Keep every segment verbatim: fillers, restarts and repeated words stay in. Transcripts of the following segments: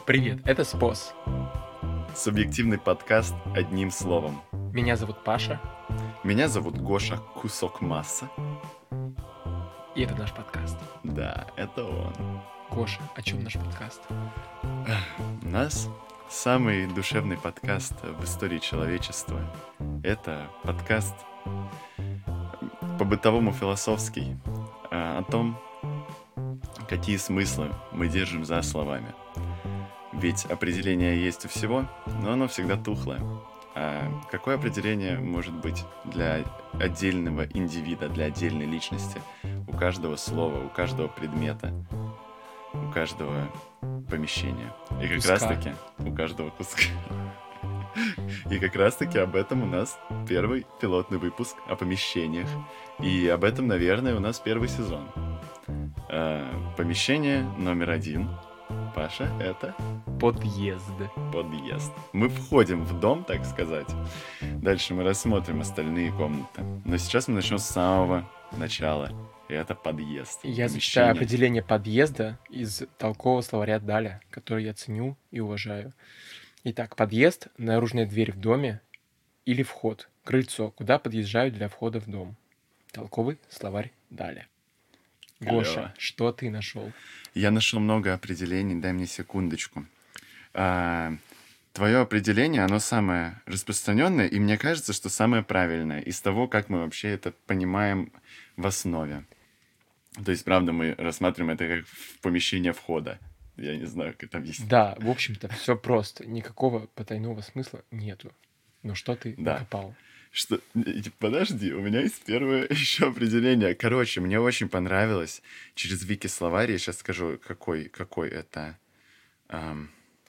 Привет, это СПОС. Субъективный подкаст одним словом. Меня зовут Паша. Меня зовут Гоша Кусок Масса. И это наш подкаст. Да, это он. Гоша, о чем наш подкаст? У нас самый душевный подкаст в истории человечества. Это подкаст по-бытовому философский, о том, какие смыслы мы держим за словами. Ведь определение есть у всего, но оно всегда тухлое. А какое определение может быть для отдельного индивида, для отдельной личности? У каждого слова, у каждого предмета, у каждого помещения. И как Куска. раз таки у каждого куска. И как раз таки об этом у нас первый пилотный выпуск о помещениях. И об этом, наверное, у нас первый сезон. А, помещение номер один. Паша, это Подъезд. подъезд. Мы входим в дом, так сказать. Дальше мы рассмотрим остальные комнаты. Но сейчас мы начнем с самого начала. И это подъезд. Я Помещение. зачитаю определение подъезда из толкового словаря Даля, который я ценю и уважаю. Итак, подъезд — наружная дверь в доме или вход, крыльцо, куда подъезжают для входа в дом. Толковый словарь Даля. Гоша, Клево. что ты нашел? Я нашел много определений, дай мне секундочку. А, твое определение, оно самое распространенное, и мне кажется, что самое правильное из того, как мы вообще это понимаем в основе. То есть, правда, мы рассматриваем это как в помещение входа. Я не знаю, как это объяснить. Да, в общем-то, все просто. Никакого потайного смысла нету. Но что ты Да. накопал? Что... Подожди, у меня есть первое еще определение. Короче, мне очень понравилось через Вики-словарь, я сейчас скажу, какой, какой это... Ам,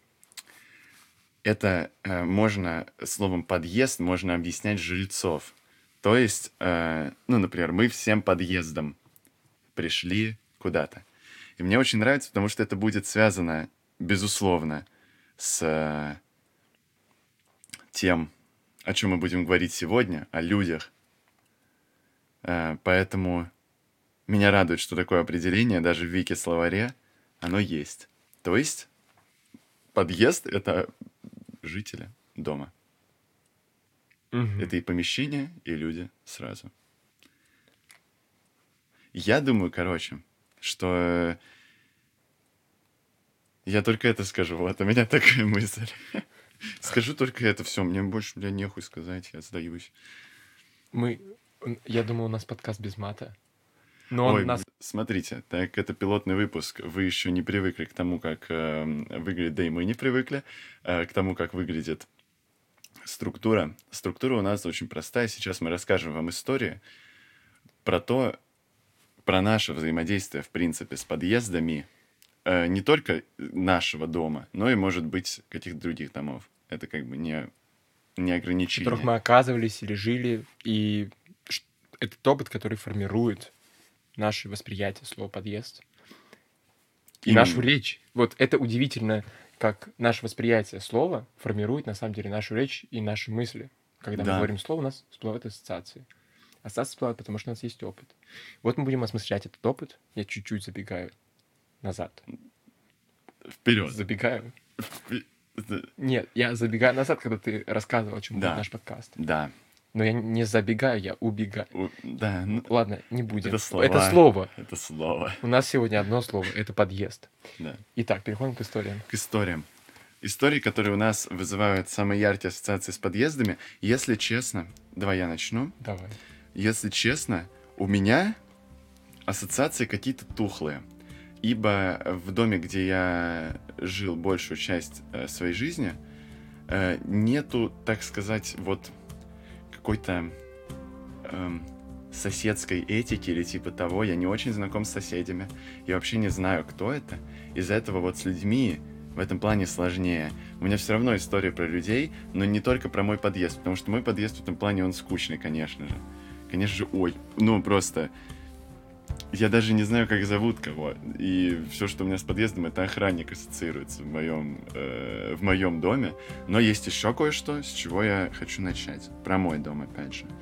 Это э, можно, словом «подъезд» можно объяснять жильцов. То есть, э, ну, например, мы всем подъездом пришли куда-то. И мне очень нравится, потому что это будет связано, безусловно, с э, тем, о чем мы будем говорить сегодня, о людях. Э, поэтому меня радует, что такое определение даже в Вики-словаре оно есть. То есть подъезд — это жители дома. Мгм. Это и помещение, и люди сразу. Я думаю, короче, что э, я только это скажу. Вот у меня такая мысль. Скажу только это, все, мне больше, бля, нехуй сказать, я сдаюсь. Мы, я думал, у нас подкаст без мата. Но он Ой, нас... смотрите, так как это пилотный выпуск, вы еще не привыкли к тому, как э, выглядит, да и мы не привыкли, э, к тому, как выглядит структура. Структура у нас очень простая. Сейчас мы расскажем вам историю про то, про наше взаимодействие, в принципе, с подъездами э, не только нашего дома, но и, может быть, каких-то других домов. Это как бы не, не в ограничение. которых мы оказывались или жили, и ш- этот опыт, который формирует наше восприятие слова «подъезд» и Именно. нашу речь. Вот это удивительно, как наше восприятие слова формирует, на самом деле, нашу речь и наши мысли. Когда Да. мы говорим слово, у нас всплывают ассоциации. Ассоциации всплывают, потому что у нас есть опыт. Вот мы будем осмыслять этот опыт. Я чуть-чуть забегаю назад. Вперед. Забегаю. Нет, я забегаю назад, когда ты рассказывал, о чем Да. будет наш подкаст. Да. Но я не забегаю, я убегаю. У- Да, ну, Ладно, не будем. это слова. Это слово. Это слово. У нас сегодня одно слово. Это подъезд. Да. Итак, переходим к историям. К историям. Истории, которые у нас вызывают самые яркие ассоциации с подъездами. Если честно, давай я начну. Давай. Если честно, у меня ассоциации какие-то тухлые. Ибо в доме, где я жил большую часть э, своей жизни, э, нету, так сказать, вот какой-то эм, соседской этики или типа того. Я не очень знаком с соседями. Я вообще не знаю, кто это. Из-за этого вот с людьми в этом плане сложнее. У меня все равно история про людей, но не только про мой подъезд, потому что мой подъезд в этом плане, он скучный, конечно же. Конечно же, ой, ну просто... Я даже не знаю, как зовут кого. И все, что у меня с подъездом, это охранник ассоциируется в моем, э, в моем доме. Но есть еще кое-что, с чего я хочу начать. Про мой дом, опять же.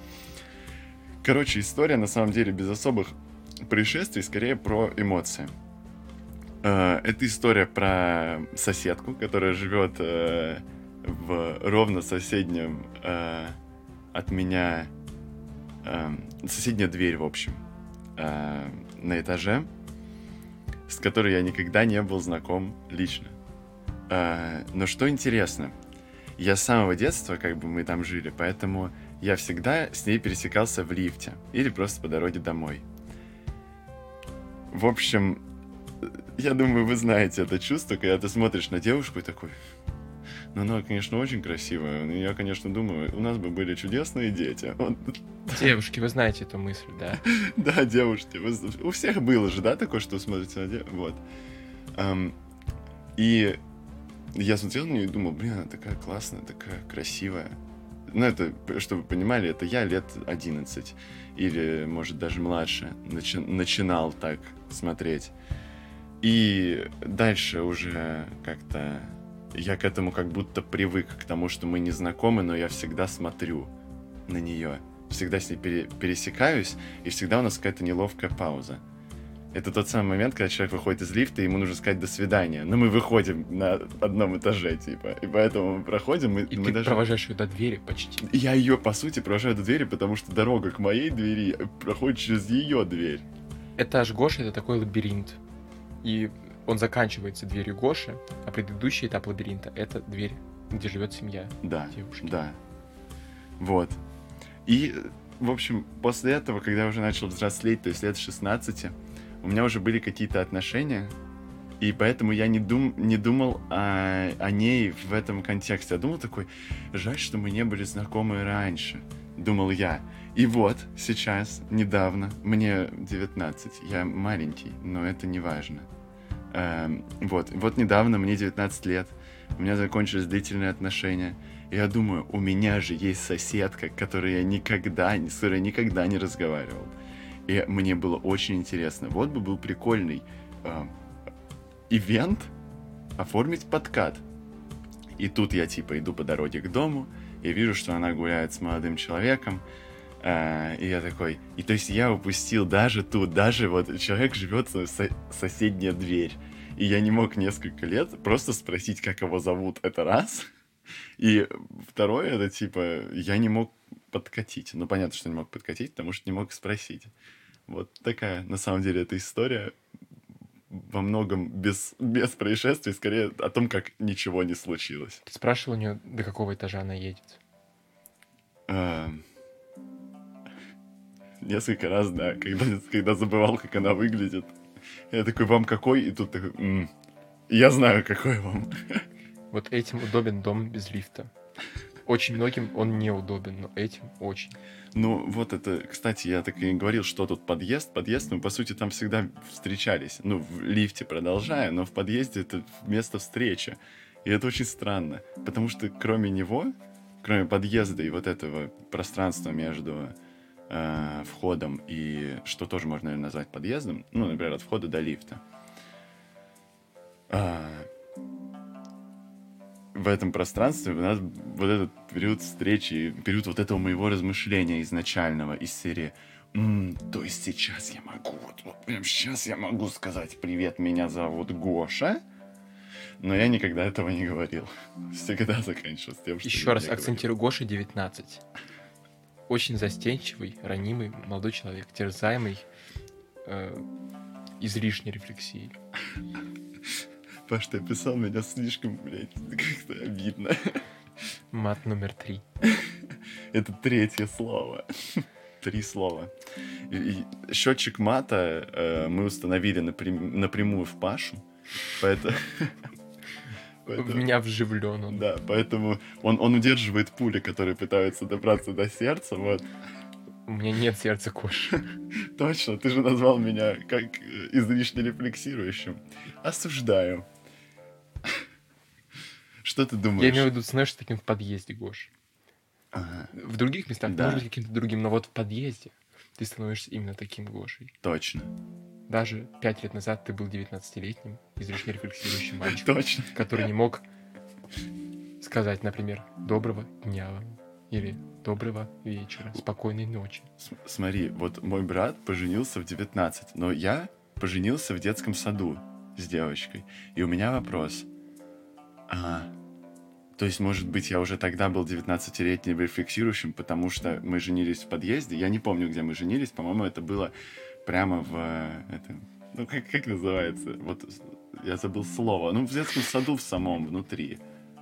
Короче, история, на самом деле, без особых происшествий, скорее про эмоции. Э, Это история про соседку, которая живет э, в ровно соседнем э, от меня, э, соседняя дверь, в общем, э, на этаже, с которой я никогда не был знаком лично. Э, Но что интересно, я с самого детства, как бы мы там жили, поэтому я всегда с ней пересекался в лифте или просто по дороге домой. В общем, я думаю, вы знаете это чувство, когда ты смотришь на девушку и такой, ну, она, конечно, очень красивая. И я, конечно, думаю, у нас бы были чудесные дети. Вот. Девушки, вы знаете эту мысль, да? Да, девушки. вы- У всех было же, да, такое, что вы смотрите на девушку? Вот. Ам, И я смотрел на нее и думал, блин, она такая классная, такая красивая. Ну, это, чтобы вы понимали, это я лет одиннадцать. Или, может, даже младше начи- начинал так смотреть. И дальше уже как-то я к этому как будто привык, к тому, что мы не знакомы, но я всегда смотрю на нее. Всегда с ней пере- пересекаюсь, и всегда у нас какая-то неловкая пауза. Это тот самый момент, когда человек выходит из лифта, и ему нужно сказать «до свидания». Но мы выходим на одном этаже, типа. И поэтому мы проходим, мы, И мы ты даже... провожаешь ее до двери почти. Я ее, по сути, провожаю до двери, потому что дорога к моей двери проходит через ее дверь. Этаж Гоши — это такой лабиринт. И он заканчивается дверью Гоши, а предыдущий этап лабиринта — это дверь, где живет семья Да, девушки. да. Вот. И, в общем, после этого, когда я уже начал взрослеть, то есть лет шестнадцати, у меня уже были какие-то отношения, и поэтому я не, дум, не думал о, о ней в этом контексте. Я думал такой, жаль, что мы не были знакомы раньше, думал я. И вот сейчас, недавно, мне девятнадцать, я маленький, но это не важно. Эм, вот, вот недавно, мне девятнадцать лет, у меня закончились длительные отношения. И я думаю, у меня же есть соседка, которой я никогда, с которой я никогда не разговаривал. И мне было очень интересно. Вот бы был прикольный э, ивент оформить подкат. И тут я типа иду по дороге к дому, и вижу, что она гуляет с молодым человеком. э, и я такой... И то есть я упустил даже тут, даже вот человек живет в со- соседняя дверь. И я не мог несколько лет просто спросить, как его зовут, это раз. И второе, это типа, я не мог подкатить. Ну, понятно, что не мог подкатить, потому что не мог спросить. Вот такая, на самом деле, эта история во многом без, без происшествий, скорее о том, как ничего не случилось. Ты спрашивал у нее, до какого этажа она едет? Эм, Несколько раз, да, когда, когда забывал, как она выглядит. Я такой, вам какой? И тут такой, «М, я знаю, какой вам. Вот этим удобен дом без лифта. Очень многим он неудобен, но этим очень. Ну, вот это, кстати, я так и говорил, что тут подъезд. Подъезд, мы, по сути, там всегда встречались. Ну, в лифте продолжая, но в подъезде это место встречи. И это очень странно, потому что кроме него, кроме подъезда и вот этого пространства между э, входом и, что тоже можно, наверное, назвать подъездом, ну, например, от входа до лифта, а, в этом пространстве у нас вот этот период встречи, период вот этого моего размышления изначального из серии «М, то есть сейчас я могу, вот, вот прям сейчас я могу сказать «Привет, меня зовут Гоша», но я никогда этого не говорил. Всегда заканчивалось тем, что Еще я раз не акцентирую, Гоша девятнадцать. Очень застенчивый, ранимый молодой человек, терзаемый э, излишней рефлексией. говорил. Паш, ты описал меня слишком, блядь, как-то обидно. Мат номер три. Это третье слово. Три слова. И, и счетчик мата э, мы установили напрям- напрямую в Пашу, поэтому... В меня вживлен он. Да, поэтому он, он удерживает пули, которые пытаются добраться до сердца, вот. У меня нет сердца Гоши. Точно, ты же назвал меня как э, излишне рефлексирующим. Осуждаю. Что ты Я думаешь? имею в виду, знаешь, таким в подъезде, Гош. Ага, В других местах, Да. может быть, каким-то другим, но вот в подъезде ты становишься именно таким Гошей. точно. Даже пять лет назад ты был девятнадцатилетним, излишне рефлексирующим мальчиком, Точно. который не мог сказать, например, «доброго дня» вам» или «доброго вечера», «спокойной ночи». С- смотри, вот мой брат поженился в девятнадцать, но я поженился в детском саду. с девочкой. И у меня вопрос. А, то есть, может быть, я уже тогда был девятнадцатилетним рефлексирующим, потому что мы женились в подъезде. Я не помню, где мы женились. По-моему, это было прямо в... э, Это, ну, как, как называется? Вот я забыл слово. Ну, в детском саду в самом, внутри.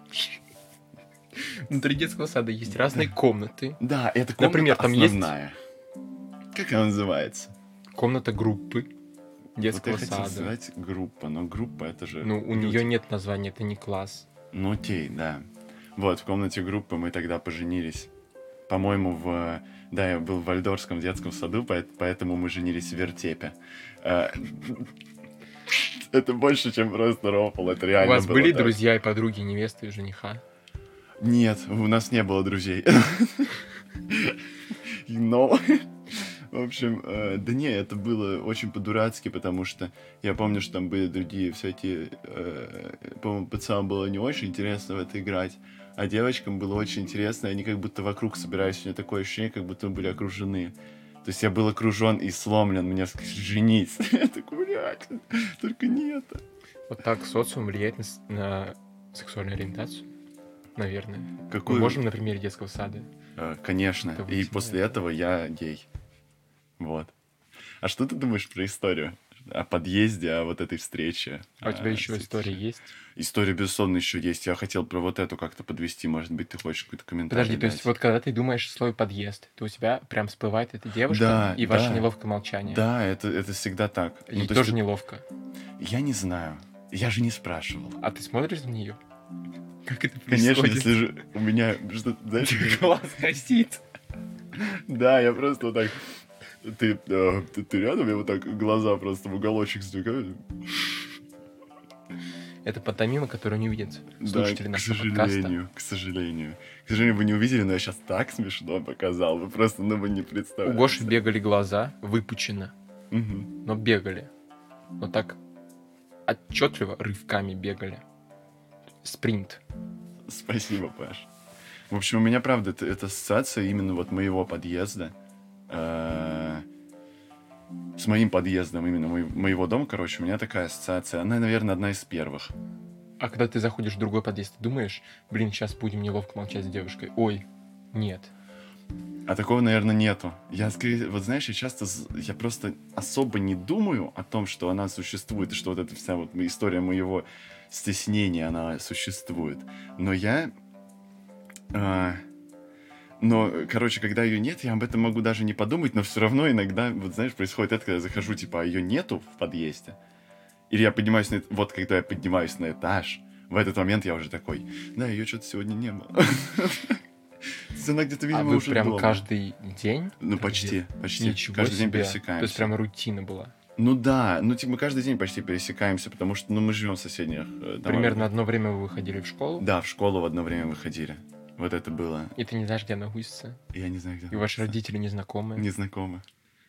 Внутри детского сада есть разные комнаты. Да, это комната Например, там есть основная. Как она называется? комната группы Вот детского я хотел сада. сказать группа, но группа это же Ну, у люди. нее нет названия, это не класс. Ну окей, да. Вот, в комнате группы мы тогда поженились. По-моему, в... Да, я был в Вальдорфском детском саду, поэт- поэтому мы женились в вертепе. Э, Это больше, чем просто рофл, это У реально вас было были так. друзья и подруги невесты и жениха? Нет, у нас не было друзей. Но... В общем, э, да не, это было очень по-дурацки, потому что я помню, что там были другие всякие... э, по-моему, пацанам было не очень интересно в это играть, а девочкам было очень интересно, и они как будто вокруг собирались. У меня такое ощущение, как будто мы были окружены. То есть я был окружен и сломлен, мне сказали, женись. Я такой, блядь, только не это. Вот так социум влияет на, с- на сексуальную ориентацию, наверное. Мы Какую? можем на примере детского сада? Э, Конечно. Это И выяснить, после да. этого я гей. Вот. А что ты думаешь про историю? О подъезде, о вот этой встрече? А у тебя э, еще с история этим? есть? История, безусловно, еще есть. Я хотел про вот эту как-то подвести. Может быть, ты хочешь какой-то комментарий Подожди, то есть дать? вот когда ты думаешь слово подъезд, то у тебя прям всплывает эта девушка Да, и ваше да, неловкое молчание. да, это, это всегда так. И Ну, то есть тоже это- неловко. я не знаю. Я же не спрашивал. А ты смотришь на нее? Как это Конечно, происходит? если же у меня что знаешь, Глаз косит. да, я просто вот так. Ты, э, ты, ты рядом, я вот так глаза просто в уголочек сдвигаю. Это пантомима, которую не видят слушатели Да, к нашего подкаста. сожалению, к сожалению. К сожалению, вы не увидели, но я сейчас так смешно показал. Вы просто, ну, вы не У представляете. Гоши бегали глаза, выпучено, Мгм. но бегали. Вот так отчетливо рывками бегали. Спринт. Спасибо, Паш. В общем, у меня, правда, это, это ассоциация именно вот моего подъезда. э, С моим подъездом, именно мой- моего дома, короче, у меня такая ассоциация. Она, наверное, одна из первых. А когда ты заходишь в другой подъезд, ты думаешь, блин, сейчас будем неловко молчать с девушкой. Ой, нет. А такого, наверное, нету. Я скорее, вот знаешь, я часто, з- я просто особо не думаю о том, что она существует, и что вот эта вся вот м- история моего стеснения, она существует. Но я... а, но, короче, когда ее нет, я об этом могу даже не подумать, но все равно иногда, вот знаешь, происходит это, когда я захожу, типа, а ее нету в подъезде. Или я поднимаюсь на... эт- Вот когда я поднимаюсь на этаж, в этот момент я уже такой, да, ее что-то сегодня не было. То есть она где-то, А видимо, вы уже прям дома. каждый день? Ну, так почти, де- почти. Ничего Каждый день себе. пересекаемся. То есть прям рутина была. Ну да, ну типа мы каждый день почти пересекаемся, потому что ну, мы живем в соседних э, домах. Примерно одно время вы выходили в школу, Да, в школу в одно время выходили. Вот это было. и ты не знаешь, где она гусится. Я не знаю, где И ваши находится. родители незнакомые. Не знакомы.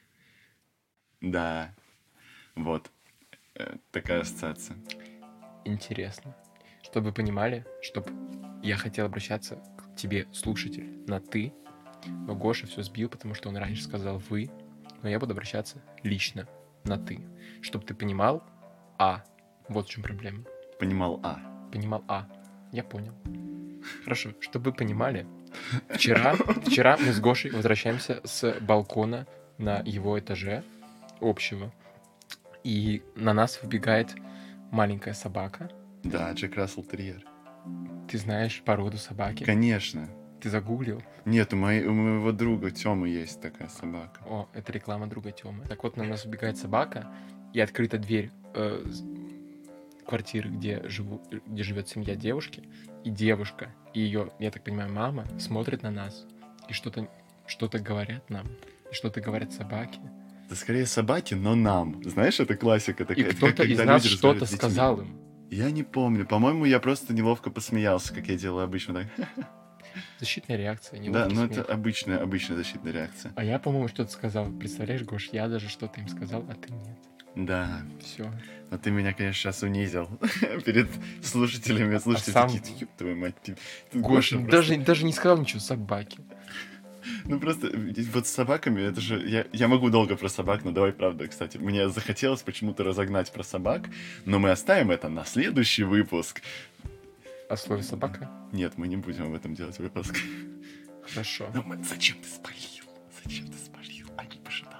Да. Вот. Э, Такая ассоциация. Интересно. Чтобы вы понимали, чтобы я хотел обращаться к тебе, слушатель, на «ты», но Гоша все сбил, потому что он раньше сказал «вы», но я буду обращаться лично на «ты». Чтобы ты понимал, а, вот в чем проблема. Понимал А. Понимал, а, я понял. Хорошо, чтобы вы понимали, вчера, вчера мы с Гошей возвращаемся с балкона на его этаже общего, и на нас выбегает маленькая собака. Да, Джек Рассел Терьер. Ты знаешь породу собаки? Конечно. Ты загуглил? Нет, у, моей, у моего друга Тёмы есть такая собака. О, это реклама друга Тёмы. Так вот, на нас выбегает собака, и открыта дверь э, с- квартиры, где, живу, где живет семья девушки, и девушка, и ее, я так понимаю, мама смотрит на нас, и что-то что-то говорят нам, и что-то говорят собаке. Это скорее собаки, но нам. Знаешь, это классика И такая. Это как кто-то из когда нас люди что-то разговаривают с детьми. сказал им. Я не помню. По-моему, я просто неловко посмеялся, как я делаю обычно. Так. Защитная реакция, Да, неловкий ну это смех. обычная, обычная защитная реакция. А я, по-моему, что-то сказал. Представляешь, Гош, я даже что-то им сказал, а ты нет. Да, Все. но ты меня, конечно, сейчас унизил перед слушателями. Слушатели сам- такие, ёб твою мать. ты- ты Гоша, Гоша даже, даже не сказал ничего собаке. Ну просто э, вот с собаками, это же... Я, я могу долго про собак, но давай правда, кстати. Мне захотелось почему-то разогнать про собак, но мы оставим это на следующий выпуск. О слове собака? Нет, мы не будем об этом делать выпуск. Хорошо. Но мы... Зачем ты спалил? Зачем ты спалил? Они пожидали.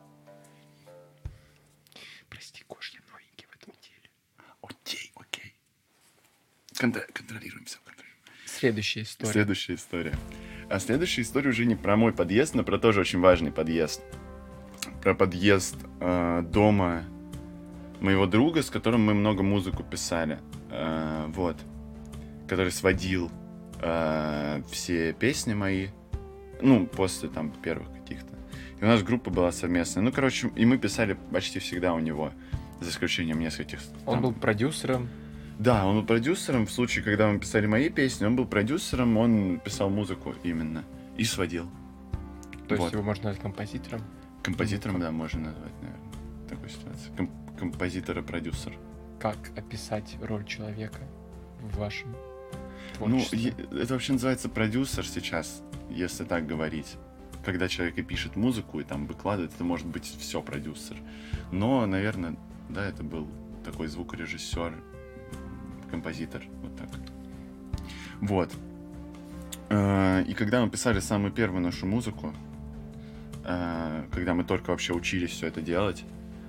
Прости, Кош, я новенький в этом деле. Окей, окей. Контр- контролируем все, контролируем. Следующая история. Следующая история. А следующая история уже не про мой подъезд, но про тоже очень важный подъезд. Про подъезд э, дома моего друга, с которым мы много музыку писали. Э, вот. Который сводил э, все песни мои. Ну, после там первых каких-то. И у нас группа была совместная. Ну, короче, и мы писали почти всегда у него. За исключением нескольких. Он там... был продюсером. Да, он был продюсером. В случае, когда мы писали мои песни, он был продюсером, он писал музыку именно. И сводил. То есть Вот. его можно назвать композитором? Композитором, да, можно назвать, наверное, в такой ситуации. Ком- композитор и продюсер. Как описать роль человека в вашем Ну, творчестве? е- это вообще называется продюсер сейчас, если так говорить. Когда человек и пишет музыку, и там выкладывает, это может быть все продюсер. Но, наверное, да, это был такой звукорежиссер, композитор, вот так. Вот. Э, И когда мы писали самую первую нашу музыку, э, когда мы только вообще учились все это делать,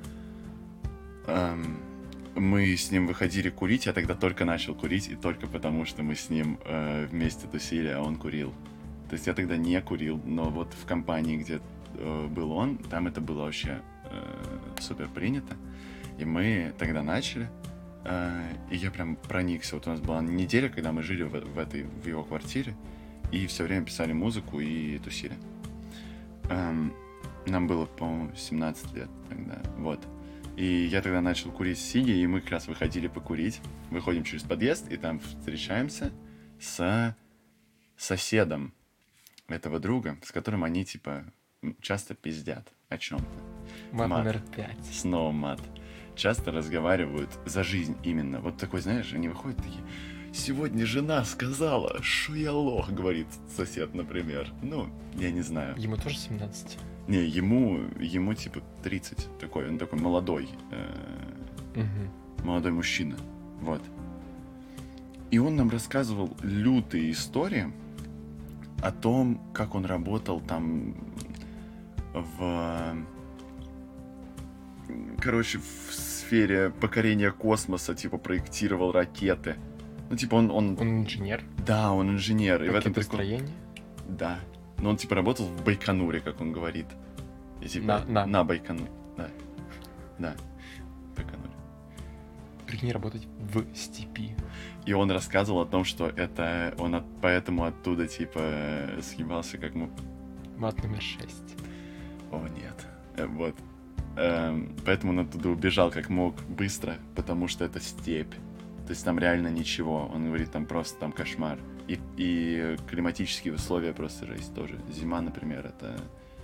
эм, мы с ним выходили курить, я тогда только начал курить, и только потому, что мы с ним э, вместе тусили, а он курил. То есть я тогда не курил, но вот в компании, где э, был он, там это было вообще э, супер принято. И мы тогда начали, э, и я прям проникся. Вот у нас была неделя, когда мы жили в, в этой, в его квартире, и все время писали музыку и тусили. Эм, нам было, по-моему, семнадцать лет тогда, вот. И я тогда начал курить сиги, и мы как раз выходили покурить. Выходим через подъезд, и там встречаемся с соседом этого друга, с которым они, типа, м, часто пиздят о чем-то. Мат Мат. номер пять. Снова мат. Часто разговаривают за жизнь именно. Вот такой, знаешь, они выходят такие: «Сегодня жена сказала, что я лох», говорит сосед, например. Ну, я не знаю. Ему тоже семнадцать. Не, ему, ему типа тридцать, такой, он такой молодой, э, Угу. молодой мужчина, вот. И он нам рассказывал лютые истории о том, как он работал там в, короче, в сфере покорения космоса, типа проектировал ракеты. Ну, типа он, он, Он инженер. да, он инженер. И в этом прикол... Ракетостроение. Да. Но он, типа, работал в Байконуре, как он говорит. И, типа, На- на. на Байконуре. Да. Да. Байконуре. Прикинь, работать в степи. И он рассказывал о том, что это он от, поэтому оттуда, типа, съебался как мы... Мат номер шесть. О, нет. Э, Вот. Эм, поэтому он оттуда убежал как мог быстро, потому что это степь. То есть там реально ничего. Он говорит, там просто там кошмар. И, и климатические условия просто жесть тоже. Зима, например, это...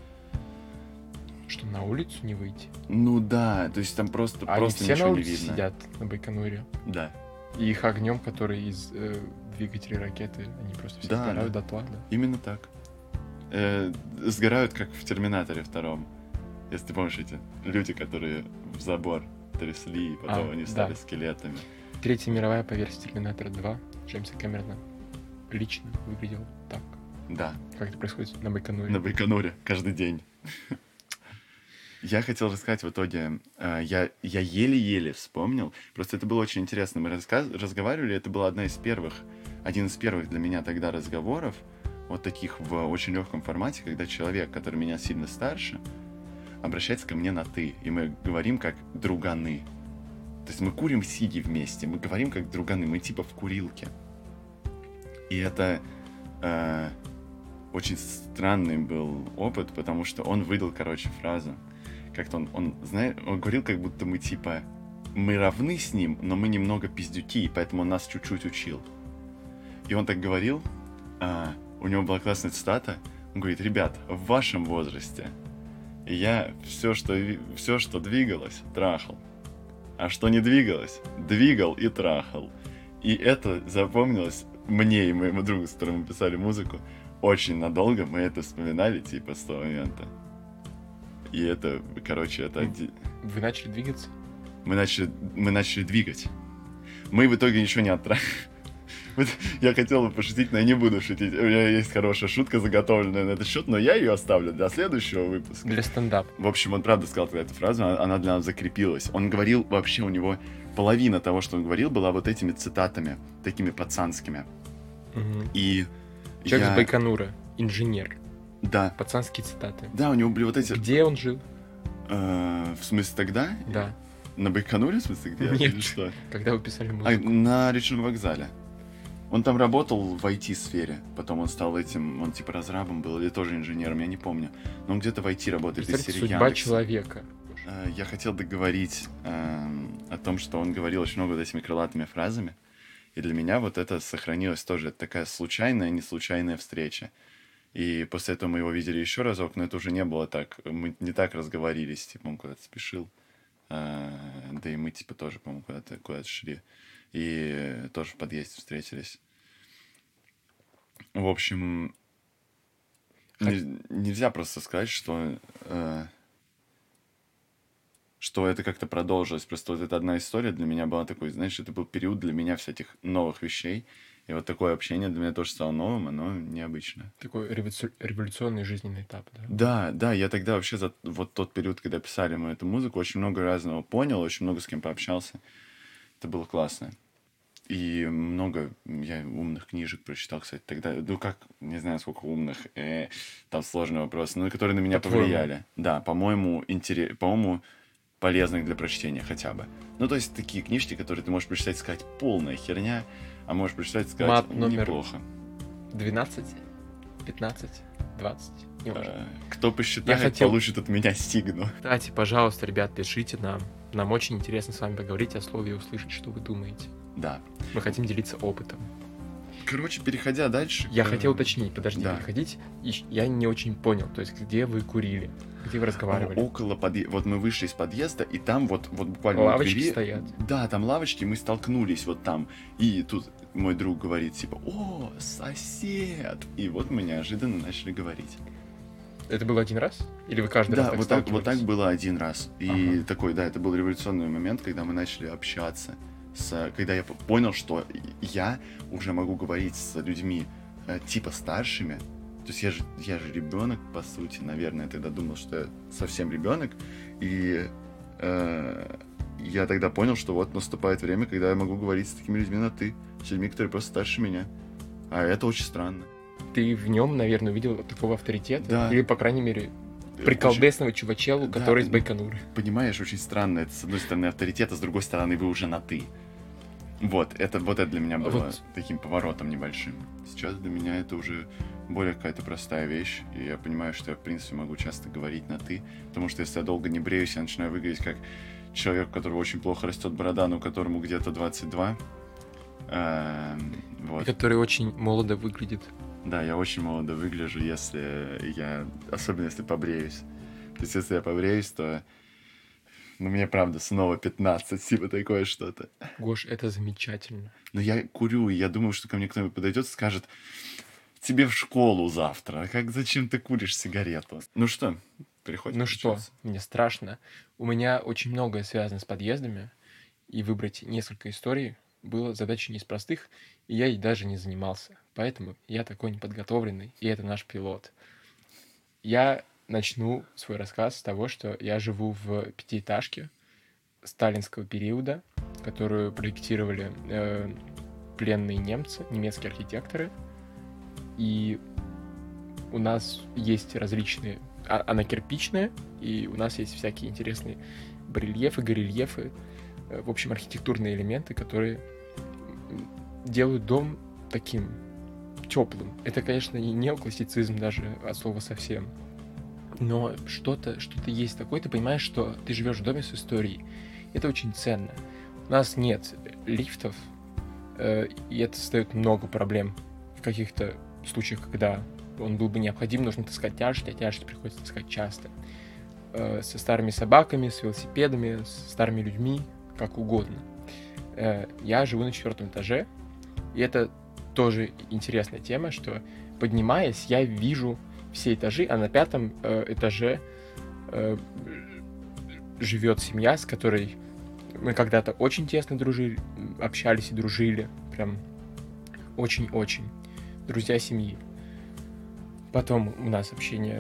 Что, на улицу не выйти? Ну да, то есть там просто, А они просто все на ничего не улице видно. сидят на Байконуре. Да. И их огнем, который из э, двигателей ракеты, они просто все Да, сгорают да. дотла, да? Именно так. Э, сгорают, как в Терминаторе втором. Если ты помнишь, эти люди, которые в забор трясли, и потом А, они да. стали скелетами. Третья мировая по версии Терминатора два Джеймса Кэмерона лично выглядел так. Да, Как это происходит на Байконуре. на Байконуре каждый день. Я хотел рассказать в итоге, э, я, я еле-еле вспомнил, просто это было очень интересно, мы рассказ, разговаривали, это была одна из первых, один из первых для меня тогда разговоров, вот таких в очень легком формате, когда человек, который меня сильно старше, обращается ко мне на «ты», и мы говорим как друганы. То есть мы курим сиги вместе, мы говорим как друганы, мы типа в курилке. И это э, очень странный был опыт, потому что он выдал, короче, фразу. Как-то он, он, знаешь, он говорил, как будто мы типа, мы равны с ним, но мы немного пиздюки, и поэтому он нас чуть-чуть учил. И он так говорил, а, у него была классная цитата, он говорит: ребят, в вашем возрасте я все, что, ви- все, что двигалось, трахал. А что не двигалось, двигал и трахал. И это запомнилось мне и моему другу, с которым мы писали музыку, очень надолго мы это вспоминали, типа, с того момента. И это, короче, это... оди- Вы начали двигаться? Мы начали, мы начали двигать. Мы в итоге ничего не отправили. Вот я хотел бы пошутить, но я не буду шутить. У меня есть хорошая шутка заготовленная на этот счет, но я ее оставлю для следующего выпуска. Для стендапа. В общем, он правда сказал тогда эту фразу, она она для нас закрепилась. Он говорил вообще, у него половина того, что он говорил, была вот этими цитатами, такими пацанскими. Мгм. И Человек я... с Байконура, инженер. Да, Пацанские цитаты. да, у него были вот эти... Где он жил? э, в смысле тогда? Да. На Байконуре, в смысле, где? Нет. Или что? Когда вы писали А, музыку? на речном вокзале. Он там работал в ай ти-сфере. Потом он стал этим, он типа разрабом был или тоже инженером, я не помню. Но он где-то в ай ти работает. из Представьте, серии судьба Яндекса. человека. Э, Я хотел договорить эм, о том, что он говорил очень много вот этими крылатыми фразами. И для меня вот это сохранилось тоже. Это такая случайная, не случайная встреча. И после этого мы его видели еще разок, но это уже не было так. Мы не так разговорились, типа он куда-то спешил. Э, Да и мы типа тоже, по-моему, куда-то куда шли. И тоже в подъезде встретились. В общем, Хот- не- нельзя просто сказать, что, э, что это как-то продолжилось. Просто вот эта одна история для меня была такой, знаешь, это был период для меня всяких новых вещей. И вот такое общение для меня тоже стало новым, оно необычное. Такой революци- революционный жизненный этап, да? Да, да, я тогда вообще за вот тот период, когда писали мы эту музыку, очень много разного понял, очень много с кем пообщался. Это было классно. И много я умных книжек прочитал, кстати, тогда. Ну, как, не знаю, сколько умных, э, там сложный вопрос, но которые на меня По-твоему? повлияли. Да, по-моему, интерес, по-моему, полезных для прочтения хотя бы. Ну, то есть такие книжки, которые ты можешь прочитать и сказать, полная херня, а можешь прочитать и сказать, Мат номер- неплохо. двенадцать, пятнадцать, двадцать. Не важно. Э, Кто посчитает, хотел- получит от меня стигну. Кстати, пожалуйста, ребят, пишите нам. Нам очень интересно с вами поговорить о слове и услышать, что вы думаете. Да. Мы хотим делиться опытом. Короче, переходя дальше... Я к- хотел уточнить, подожди, да. переходить. И щ- Я не очень понял, то есть где вы курили, где вы разговаривали. Около подъезда. Вот мы вышли из подъезда, и там вот, вот буквально у Лавочки двери- стоят. Да, там лавочки, мы столкнулись вот там. И тут мой друг говорит, типа, о, сосед. И вот мы неожиданно начали говорить. Это было один раз? Или вы каждый раз Да, так вот так, вот так сталкивались? было один раз. И Ага. такой, да, это был революционный момент, когда мы начали общаться. С, когда я п- понял, что я уже могу говорить с людьми э, типа старшими. То есть я же, я же ребенок, по сути, наверное, я тогда думал, что я совсем ребенок. И э, я тогда понял, что вот наступает время, когда я могу говорить с такими людьми на «ты», с людьми, которые просто старше меня. А это очень странно. Ты в нем, наверное, увидел такого авторитета? Да. Или, по крайней мере, Очень- приколдесного чувачелу, Да, который из ну, Байконура. Понимаешь, очень странно. Это, с одной стороны, авторитет, а с другой стороны, вы уже на «ты». Вот, это, вот это для меня было Вот. таким поворотом небольшим. Сейчас для меня это уже более какая-то простая вещь, и я понимаю, что я, в принципе, могу часто говорить на «ты», потому что если я долго не бреюсь, я начинаю выглядеть как человек, у которого очень плохо растет борода, но которому где-то двадцать два. Эм, вот. Который очень молодо выглядит. Да, я очень молодо выгляжу, если я... Особенно если побреюсь. То есть, если я побреюсь, то... Ну, мне правда снова пятнадцать, типа такое что-то. Гош, это замечательно. Но я курю, и я думаю, что ко мне кто-нибудь подойдет и скажет, тебе в школу завтра, как зачем ты куришь сигарету? Ну что, переходим? Ну что, получается? мне страшно. У меня очень многое связано с подъездами, и выбрать несколько историй было задачей не из простых, и я ей даже не занимался. Поэтому я такой неподготовленный, и это наш пилот. Я начну свой рассказ с того, что я живу в пятиэтажке сталинского периода, которую проектировали э, пленные немцы, немецкие архитекторы. И у нас есть различные... а- Она кирпичная, и у нас есть всякие интересные барельефы, горельефы, э, в общем, архитектурные элементы, которые м, делают дом таким теплым. Это, конечно, не неоклассицизм даже от слова совсем. Но что-то, что-то есть такое, ты понимаешь, что ты живешь в доме с историей. Это очень ценно. У нас нет лифтов, э, и это создает много проблем в каких-то случаях, когда он был бы необходим, нужно таскать тяжесть, а тяжесть приходится таскать часто. Э, со старыми собаками, с велосипедами, с старыми людьми, как угодно. Э, я живу на четвертом этаже, и это тоже интересная тема, что поднимаясь, я вижу все этажи, а на пятом э, этаже э, живет семья, с которой мы когда-то очень тесно дружили, общались и дружили. Прям очень-очень. Друзья семьи. Потом у нас общение...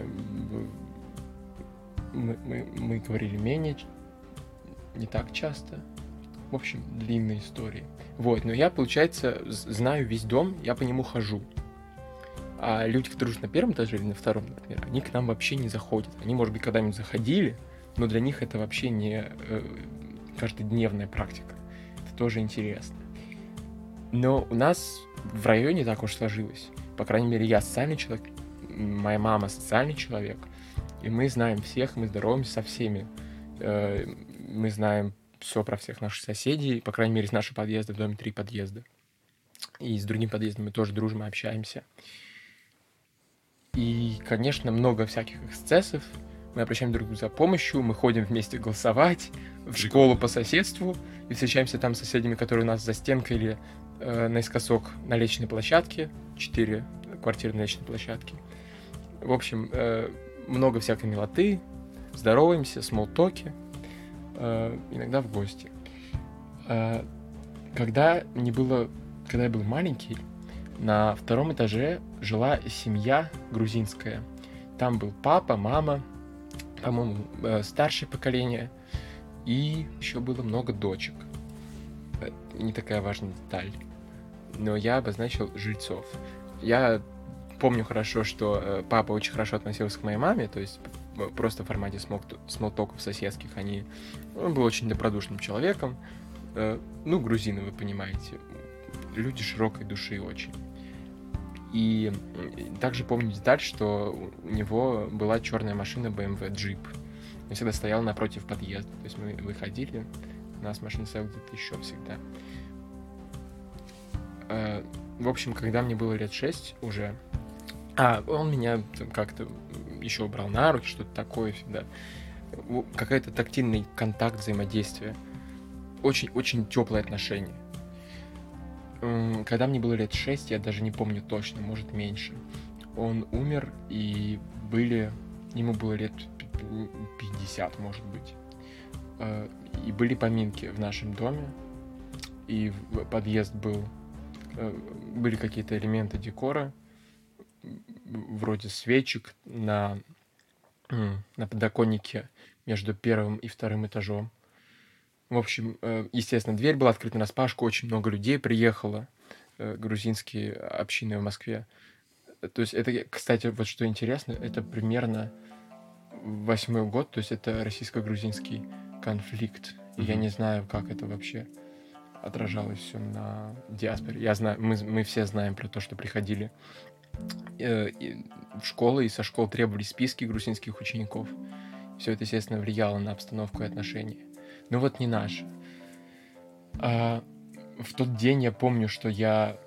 Мы, мы, мы говорили менее... Не так часто. В общем, длинные истории. Вот, но я, получается, знаю весь дом, я по нему хожу. А люди, которые живут на первом этаже или на втором, например, они к нам вообще не заходят. Они, может быть, когда-нибудь заходили, но для них это вообще не э, каждодневная практика. Это тоже интересно. Но у нас в районе так уж сложилось. По крайней мере, я социальный человек, моя мама социальный человек, и мы знаем всех, мы здороваемся со всеми. Э, мы знаем все про всех наших соседей, по крайней мере, из нашего подъезда, в доме три подъезда. И с другим подъездом мы тоже дружим и общаемся. И, конечно, много всяких эксцессов. Мы обращаем друг друга за помощью, мы ходим вместе голосовать в школу по соседству и встречаемся там с соседями, которые у нас за стенкой или э, наискосок на лестничной площадке. Четыре квартиры на лестничной площадке. В общем, э, много всякой милоты, здороваемся, смолтоки, э, иногда в гости. Э, когда не было, когда я был маленький, на втором этаже жила семья грузинская. Там был папа, мама, по-моему, старшее поколение, и еще было много дочек. Не такая важная деталь. Но я обозначил жильцов. Я помню хорошо, что папа очень хорошо относился к моей маме, то есть просто в формате смолтоков соседских. Они... Он был очень добродушным человеком. Ну, грузины, вы понимаете. Люди широкой души очень. И также помню деталь, что у него была черная машина бэ эм вэ Jeep. Он всегда стоял напротив подъезда. То есть мы выходили, у нас машина стояла где-то еще всегда. В общем, когда мне было лет шесть уже... А, он меня как-то еще брал на руки, что-то такое всегда. Какой-то тактильный контакт, взаимодействие. Очень-очень теплые отношения. Когда мне было лет шесть, я даже не помню точно, может меньше, он умер, и были... Ему было лет пятьдесят, может быть. И были поминки в нашем доме, и подъезд был... Были какие-то элементы декора, вроде свечек на, на подоконнике между первым и вторым этажом. В общем, естественно, дверь была открыта нараспашку, очень много людей приехало, грузинские общины в Москве. То есть это, кстати, вот что интересно, это примерно восьмой год, то есть это российско-грузинский конфликт. И mm-hmm. я не знаю, как это вообще отражалось все на диаспоре. Я знаю, мы, мы все знаем про то, что приходили э, в школы, и со школ требовали списки грузинских учеников. Все это, естественно, влияло на обстановку и отношения. Ну вот не наш. А, в тот день я помню, что я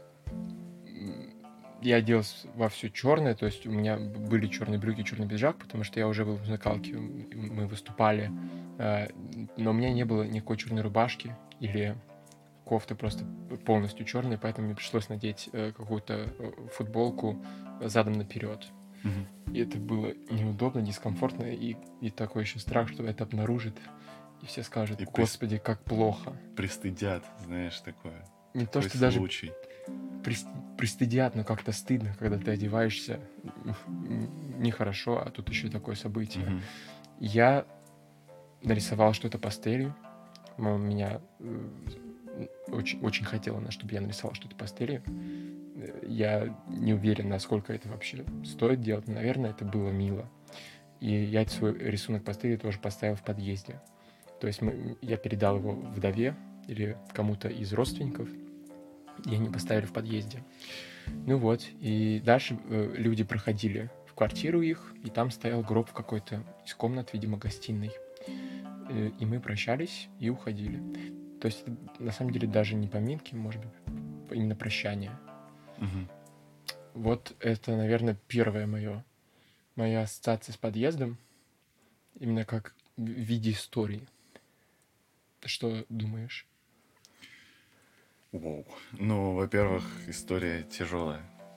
я оделся во все черное, то есть у меня были черные брюки, черный пиджак, потому что я уже был в музыкалке, мы выступали, а, но у меня не было никакой черной рубашки или кофты просто полностью черные, поэтому мне пришлось надеть какую-то футболку задом наперед. Mm-hmm. И это было неудобно, дискомфортно, и, и такой еще страх, что это обнаружит. И все скажут, и господи, при... как плохо. Пристыдят, знаешь, такое. Не то, что даже при... пристыдят, но как-то стыдно, когда ты одеваешься нехорошо, а тут еще такое событие. Mm-hmm. Я нарисовал что-то пастелью. Мама меня очень, очень хотела, чтобы я нарисовал что-то пастелью. Я не уверен, насколько это вообще стоит делать. Наверное, это было мило. И я свой рисунок пастелью тоже поставил в подъезде. То есть мы, я передал его вдове или кому-то из родственников, и они поставили в подъезде. Ну вот, и дальше э, люди проходили в квартиру их, и там стоял гроб в какой-то из комнат, видимо, гостиной. Э, и мы прощались и уходили. То есть это, на самом деле, даже не поминки, может быть, именно прощание. Угу. Вот это, наверное, первое мое, моя ассоциация с подъездом, именно как в виде истории. Ты что думаешь? Wow. Ну, во-первых, история тяжелая.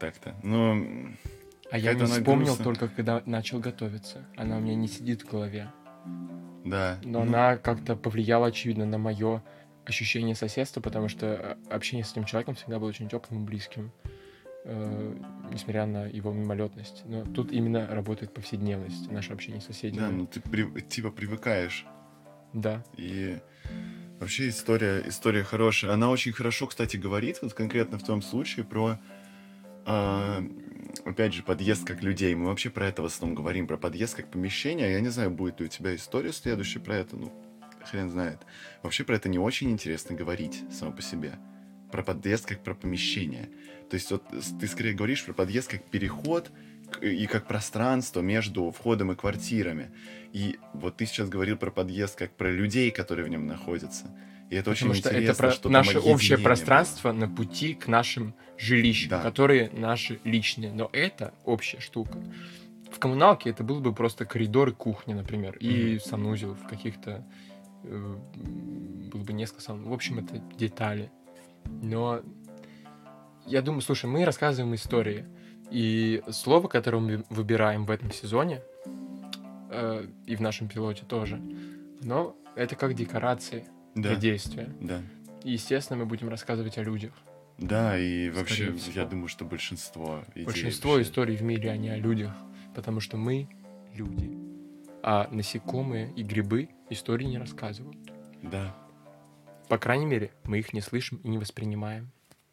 так-то. Но м, А я не какая-то она вспомнил грустная. только, когда начал готовиться. Она у меня не сидит в голове. Да. Но Ну, она как-то повлияла, очевидно, на мое ощущение соседства, потому что э, общение с этим человеком всегда было очень теплым и близким, э, несмотря на его мимолетность. Но тут именно работает повседневность, наше общение с да, соседями. ну ты при- типа привыкаешь. Да. И вообще история, история хорошая. Она очень хорошо, кстати, говорит, вот конкретно в том случае, про, а, опять же, подъезд как людей. Мы вообще про это в основном говорим, про подъезд как помещение. Я не знаю, будет ли у тебя история следующая про это, ну, хрен знает. Вообще про это не очень интересно говорить само по себе. Про подъезд как про помещение. То есть вот с- ты скорее говоришь про подъезд как переход к- и как пространство между входом и квартирами. И вот ты сейчас говорил про подъезд как про людей, которые в нем находятся. И это Потому очень что это интересно, про что там наше общее объединение было. пространство на пути к нашим жилищам, Да. которые наши личные. Но это общая штука. В коммуналке это был бы просто коридор и кухня, например, и санузел в каких-то... э, было бы несколько санузелов. В общем, это детали. Но я думаю, слушай, мы рассказываем истории. И слово, которое мы выбираем в этом сезоне, э, и в нашем пилоте тоже, но это как декорации для Да, действия. да. И, естественно, мы будем рассказывать о людях. Да, и Скорее вообще, всего. я думаю, что большинство идей Большинство вообще- историй в мире, они о людях, потому что мы люди. А насекомые и грибы истории не рассказывают. Да. По крайней мере, мы их не слышим и не воспринимаем.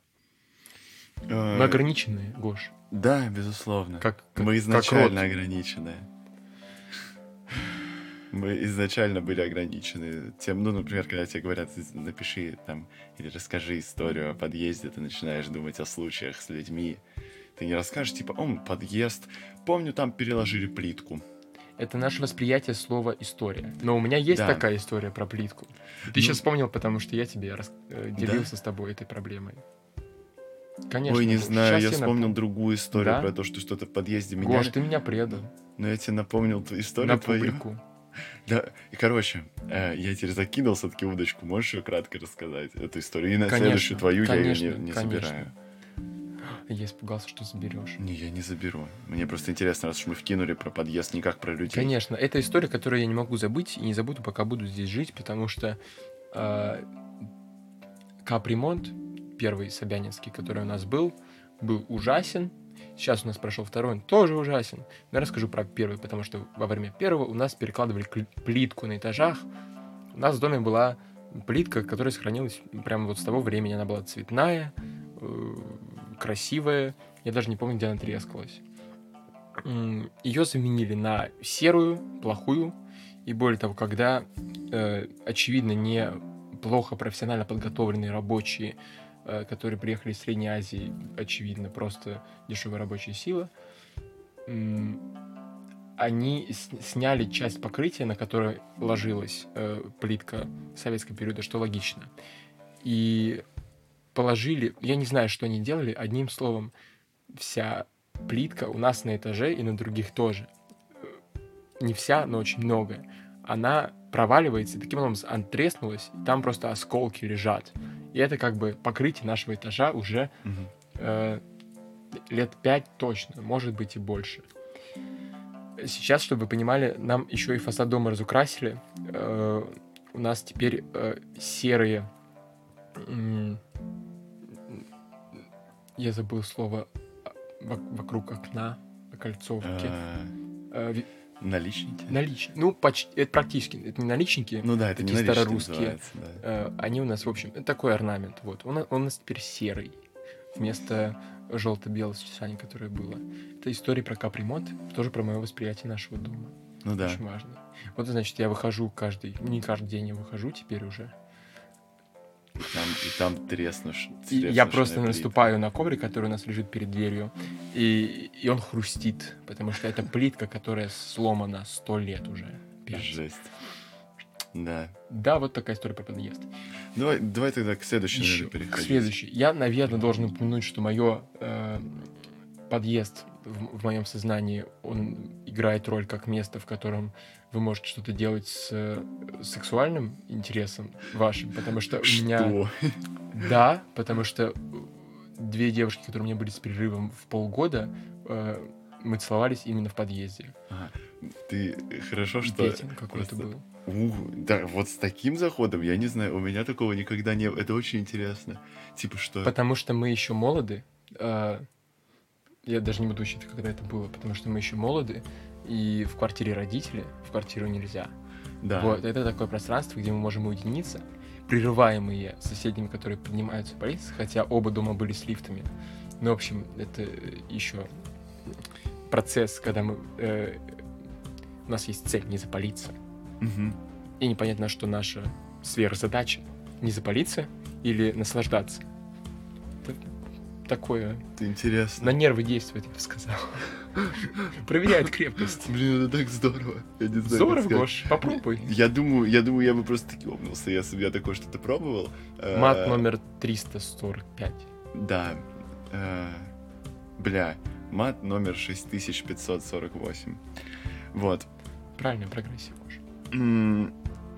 Э, Мы ограниченные, Гош. Да, безусловно. Как, как, Мы как изначально рот. ограничены. Мы изначально были ограничены тем, ну, например, когда тебе говорят, напиши там или расскажи историю о подъезде, ты начинаешь думать о случаях с людьми. Ты не расскажешь, типа, о, подъезд, помню, там переложили плитку. Это наше восприятие слова «история». Но у меня есть Да. такая история про плитку. Ты Ну- сейчас вспомнил, потому что я тебе рас- э, делился с тобой этой проблемой. Конечно. Ой, не Гош, знаю, щас я тебе вспомнил напом- другую историю Да? про то, что что-то в подъезде меняли. Гош, ты меня предал. Но я тебе напомнил ту историю На твою. публику. Да, и короче, э, я теперь закинул все-таки удочку. Можешь ее кратко рассказать, эту историю? И на Конечно, следующую твою конечно, я ее не, не конечно. забираю. Я испугался, что заберешь. Не, я не заберу. Мне просто интересно, раз уж мы вкинули про подъезд, не как про людей. Конечно, это история, которую я не могу забыть и не забуду, пока буду здесь жить, потому что э, капремонт, первый собянинский, который у нас был, был ужасен. Сейчас у нас прошел второй, он тоже ужасен. Но я расскажу про первый, потому что во время первого у нас перекладывали кл- плитку на этажах. У нас в доме была плитка, которая сохранилась прямо вот с того времени. Она была цветная, э, красивая. Я даже не помню, где она трескалась. М, Ее заменили на серую, плохую. И более того, когда, э, очевидно, не плохо профессионально подготовленные рабочие, э, которые приехали из Средней Азии, очевидно, просто дешевая рабочая сила, м, они с- сняли часть покрытия, на которое ложилась э, плитка советского периода, что логично. И положили, я не знаю, что они делали, одним словом, вся плитка у нас на этаже и на других тоже, э, не вся, но очень многое, она проваливается, и таким образом она треснулась, и там просто осколки лежат. И это как бы покрытие нашего этажа уже Мгм. э, лет пять точно, может быть и больше. Сейчас, чтобы вы понимали, нам еще и фасад дома разукрасили. Э, у нас теперь э, серые... м, я забыл слово а, вок- вокруг окна, окольцовки. А, Э, ви- Наличники? налич- Ну, почти, это практически, это не наличники, Ну да, это не такие наличники старорусские. называется, да. Э, они у нас, в общем, это такой орнамент. Вот. Он, он у нас теперь серый. Вместо желто-белого сочетания, которое было. Это история про капремонт, тоже про мое восприятие нашего дома. Ну да. Очень важно. Вот, значит, я выхожу каждый... Не каждый день я выхожу теперь уже. И там, и там треснуш. И я треснувшая просто плитка. наступаю на коврик, который у нас лежит перед дверью, и, и он хрустит, потому что это плитка, которая сломана сто лет уже. Пять. Жесть. Да. Да, вот такая история про подъезд. Давай, давай тогда к следующей, Еще наверное, к переходить. следующей. Я, наверное, должен упомянуть, что мое подъезд в, в моем сознании, он играет роль как место, в котором вы можете что-то делать с э, сексуальным интересом вашим, потому что у меня... Что? Да, потому что две девушки, которые у меня были с перерывом в полгода, э, мы целовались именно в подъезде. Ага. Ты хорошо, что... Детин какой-то просто- был. Ух, да, вот с таким заходом, я не знаю, у меня такого никогда не было. Это очень интересно. Типа что... Потому что мы еще молоды. э, Я даже не буду считать, когда это было, потому что мы еще молоды, и в квартире родителей, в квартиру нельзя. Да. Вот, это такое пространство, где мы можем уединиться, прерываемые соседями, которые поднимаются по лестнице, хотя оба дома были с лифтами. Ну, в общем, это еще процесс, когда мы, э, у нас есть цель не запалиться. Мгм. И непонятно, что наша сверхзадача не запалиться или наслаждаться. Это такое Это интересно. на нервы действует, я бы сказал. Проверяет крепкость. Блин, это так здорово. Я не знаю, как Здорово, сказать. Гош, попробуй. Я думаю, я думаю, я бы просто таки обнулся, если бы я такое что-то пробовал. Э, Мат номер триста сорок пять. Да. Э, Бля, мат номер шесть тысяч пятьсот сорок восемь. Вот. Правильная прогрессия, Гош. М,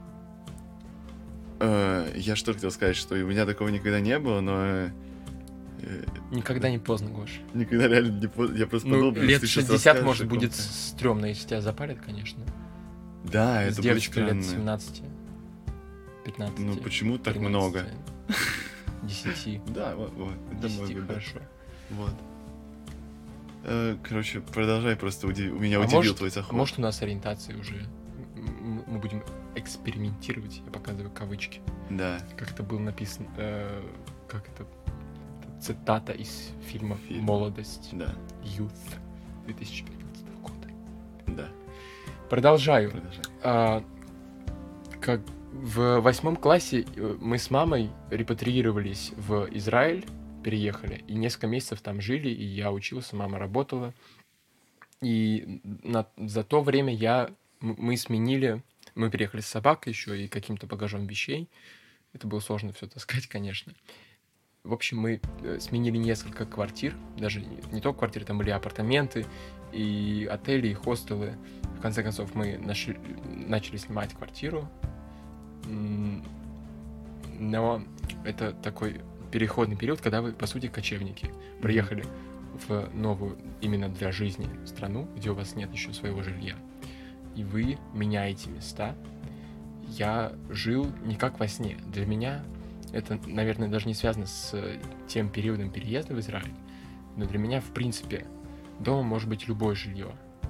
э, Я что хотел сказать, что и у меня такого никогда не было, но э, э, Никогда не поздно, Гош. никогда реально не поздно. Я просто Ну, подумал, что лет ты сейчас шестьдесят, расскажешь может, о будет ком-то. стрёмно, если тебя запалят, конечно. Да, С это будет девочкой лет странно. семнадцати, пятнадцати, Ну почему так тринадцати, много? десяти. Да, вот, вот. Это мой десяти, выбор. хорошо. Вот. Э, Короче, продолжай, просто удив- меня А удивил может, твой а заход. может, у нас ориентация уже... м- Мы будем экспериментировать, я показываю кавычки. Да. Как это было написано, э, как это, это цитата из фильма Фильм. «Молодость», Да, «Youth» две тысячи пятнадцатого года. да. Продолжаю. Продолжай. А, как в восьмом классе э, мы с мамой репатриировались в Израиль, переехали, и несколько месяцев там жили, и я учился, мама работала. И на- за то время я, м- мы сменили, мы переехали с собакой еще и каким-то багажом вещей. Это было сложно все таскать, конечно. В общем, мы э, сменили несколько квартир, даже не, не только квартиры, там были апартаменты, и отели, и хостелы. В конце концов, мы нашли- начали снимать квартиру. М, Но это такой переходный период, когда вы, по сути, кочевники. Приехали в новую, именно для жизни, страну, где у вас нет еще своего жилья. И вы меняете места. Я жил не как во сне. Для меня это, наверное, даже не связано с тем периодом переезда в Израиль. Но для меня, в принципе, дома может быть любое жилье.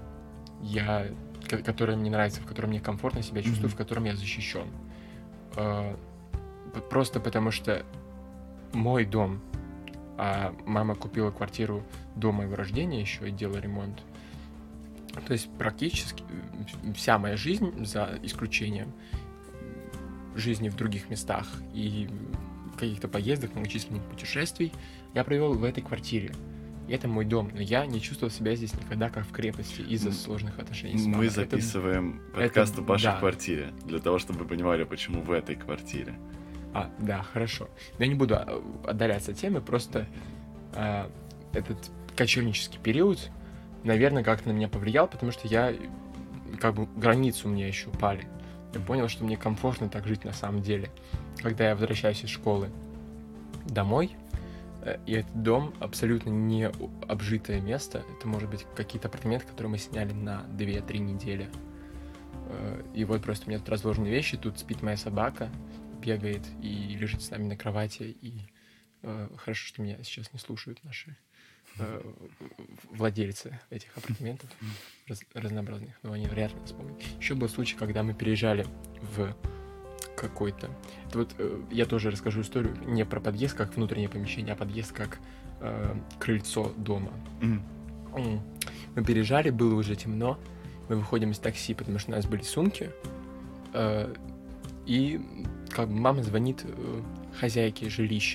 Я, ко- которое мне нравится, в котором мне комфортно себя чувствую, Мгм. в котором я защищен. Э, п- Просто потому что мой дом, а мама купила квартиру до моего рождения еще и делала ремонт. То есть практически э, вся моя жизнь, за исключением жизни в других местах и каких-то поездок, многочисленных путешествий, я провел в этой квартире. И это мой дом, но я не чувствовал себя здесь никогда как в крепости из-за М, сложных отношений с мамой. Мы Это- записываем подкаст это- в вашей да. квартире, для того, чтобы вы понимали, почему в этой квартире. А, да, хорошо. Но я не буду а, отдаляться от темы, просто а, этот кочевнический период, наверное, как-то на меня повлиял, потому что я, как бы, границы у меня еще упали. Я понял, что мне комфортно так жить на самом деле. Когда я возвращаюсь из школы домой, э, и этот дом абсолютно не у- обжитое место, это может быть какие-то апартаменты, которые мы сняли на две-три недели. Э, И вот просто у меня тут разложены вещи, тут спит моя собака, бегает и лежит с нами на кровати. И э, хорошо, что меня сейчас не слушают наши э, владельцы этих апартаментов раз- разнообразных, но они вряд ли нас помнят. Еще был случай, когда мы переезжали в какой-то... Это вот э, я тоже расскажу историю не про подъезд как внутреннее помещение, а подъезд как э, крыльцо дома. М, М. Мы переезжали, было уже темно. Мы выходим из такси, потому что у нас были сумки. э, И как бы мама звонит э, хозяйке жилища.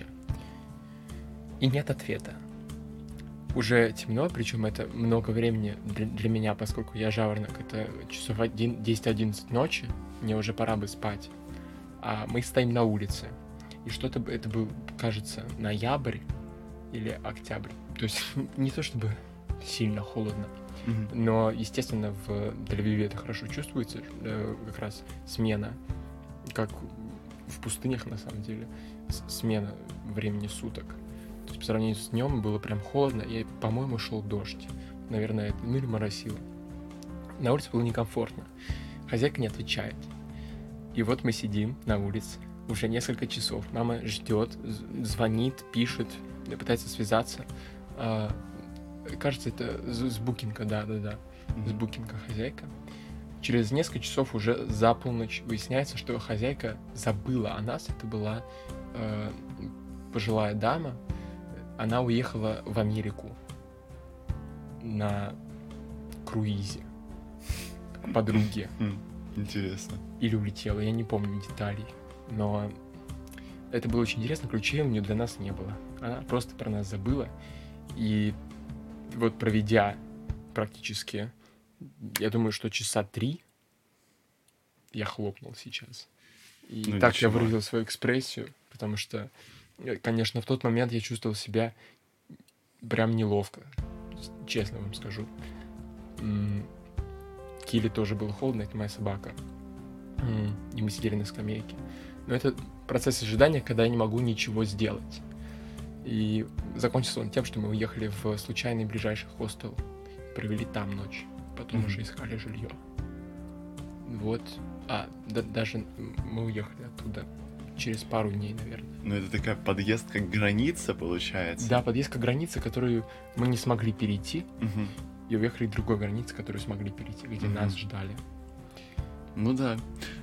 И нет ответа. Уже темно, причем это много времени для, для меня, поскольку я жаворонок. Это часов один- десять-одиннадцать ночи. Мне уже пора бы спать. А мы стоим на улице. И что-то бы- это был, кажется, ноябрь или октябрь. То есть не то чтобы сильно холодно. мгм. Но, естественно, в Тель-Авиве это хорошо чувствуется, э, как раз смена, как в пустынях, на самом деле, с- смена времени суток. То по сравнению с днем было прям холодно, и, по-моему, шел дождь. Наверное, это, ну или моросило. На улице было некомфортно. Хозяйка не отвечает. И вот мы сидим на улице уже несколько часов. Мама ждет, з- звонит, пишет, пытается связаться. А, кажется, это с с букинга, да-да-да. С Мгм. букинга хозяйка. Через несколько часов уже за полночь выясняется, что хозяйка забыла о нас. Это была э, пожилая дама. Она уехала в Америку на круизе к подруге. М, Интересно. Или улетела, я не помню деталей. Но это было очень интересно, ключей у нее для нас не было. Она просто про нас забыла. И вот проведя практически, я думаю, что часа три я хлопнул сейчас. И Ну так я ничего. выразил свою экспрессию, потому что, э, конечно, в тот момент я чувствовал себя прям неловко, с- честно вам скажу. М, Киле тоже было холодно, это моя собака. М, И мы сидели на скамейке. Но это процесс ожидания, когда я не могу ничего сделать. И закончился он тем, что мы уехали в случайный ближайший хостел, провели там ночь, потом Мгм. уже искали жилье. Вот. А, да- даже мы уехали оттуда через пару дней, наверное. Ну это такая подъезд как граница получается. Да, подъезд к границе, которую мы не смогли перейти, Мгм. и уехали к другой границе, которую смогли перейти, где Мгм. нас ждали. Ну да.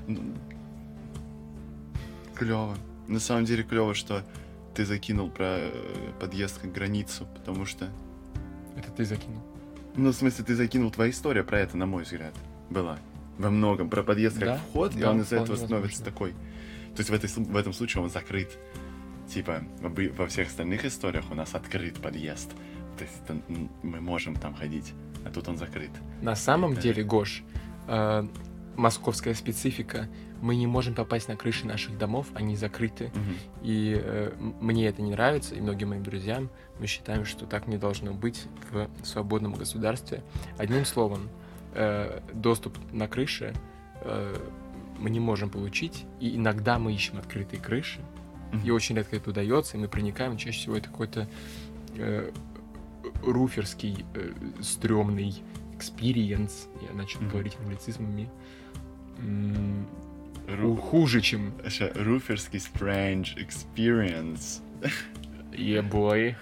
Клево. На самом деле клево, что ты закинул про э, подъезд как границу, потому что... Это ты закинул. Ну, в смысле, ты закинул, твоя история про это, на мой взгляд, была. Во многом. Про подъезд как Да, вход, и да, он из-за этого вполне становится возможно. такой. То есть в, этой, су- в этом случае он закрыт. Типа, обы- во всех остальных историях у нас открыт подъезд. То есть это, м, мы можем там ходить, а тут он закрыт. На самом Это- деле, Гош, э, московская специфика, мы не можем попасть на крыши наших домов, они закрыты. Мгм. И э, м- мне это не нравится, и многим моим друзьям. Мы считаем, что так не должно быть в свободном государстве. Одним словом, э, доступ на крыши э, мы не можем получить, и иногда мы ищем открытые крыши, и Мгм. очень редко это удается, и мы проникаем, чаще всего это какой-то э, руферский, э, стрёмный experience. Я начал Мгм. говорить англицизмами. М, Ру- ху- Хуже, чем Ща, Руферский strange experience. ебой.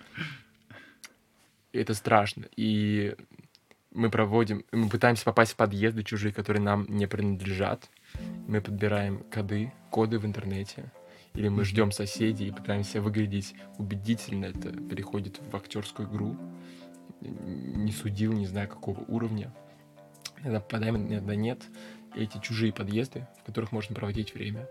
И это страшно. И мы проводим, мы пытаемся попасть в подъезды чужие, которые нам не принадлежат. Мы подбираем коды, коды в интернете. Или мы Мгм. ждем соседей и пытаемся выглядеть убедительно. Это переходит в актерскую игру. Не судил, не знаю какого уровня. Иногда попадаем, иногда нет. И эти чужие подъезды, в которых можно проводить время.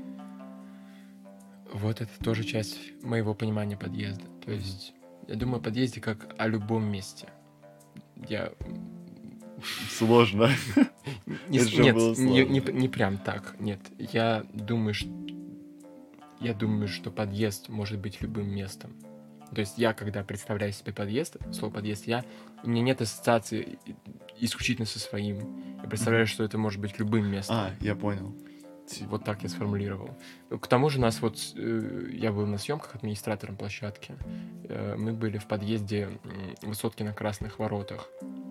Вот это тоже часть моего понимания подъезда. То есть, я думаю о подъезде как о любом месте. Я Сложно. не, Это с- же нет, было не, не, сложно. не прям так. Нет, я думаю, что я думаю, что подъезд может быть любым местом. То есть я, когда представляю себе подъезд, слово подъезд, я, у меня нет ассоциации и- исключительно со своим. Я представляю, Мгм. что это может быть любым местом. А, я понял. Типа, Вот так я сформулировал. Ну, К тому же нас вот, э, я был на съемках администратором площадки. Э, Мы были в подъезде м, высотки на Красных Воротах.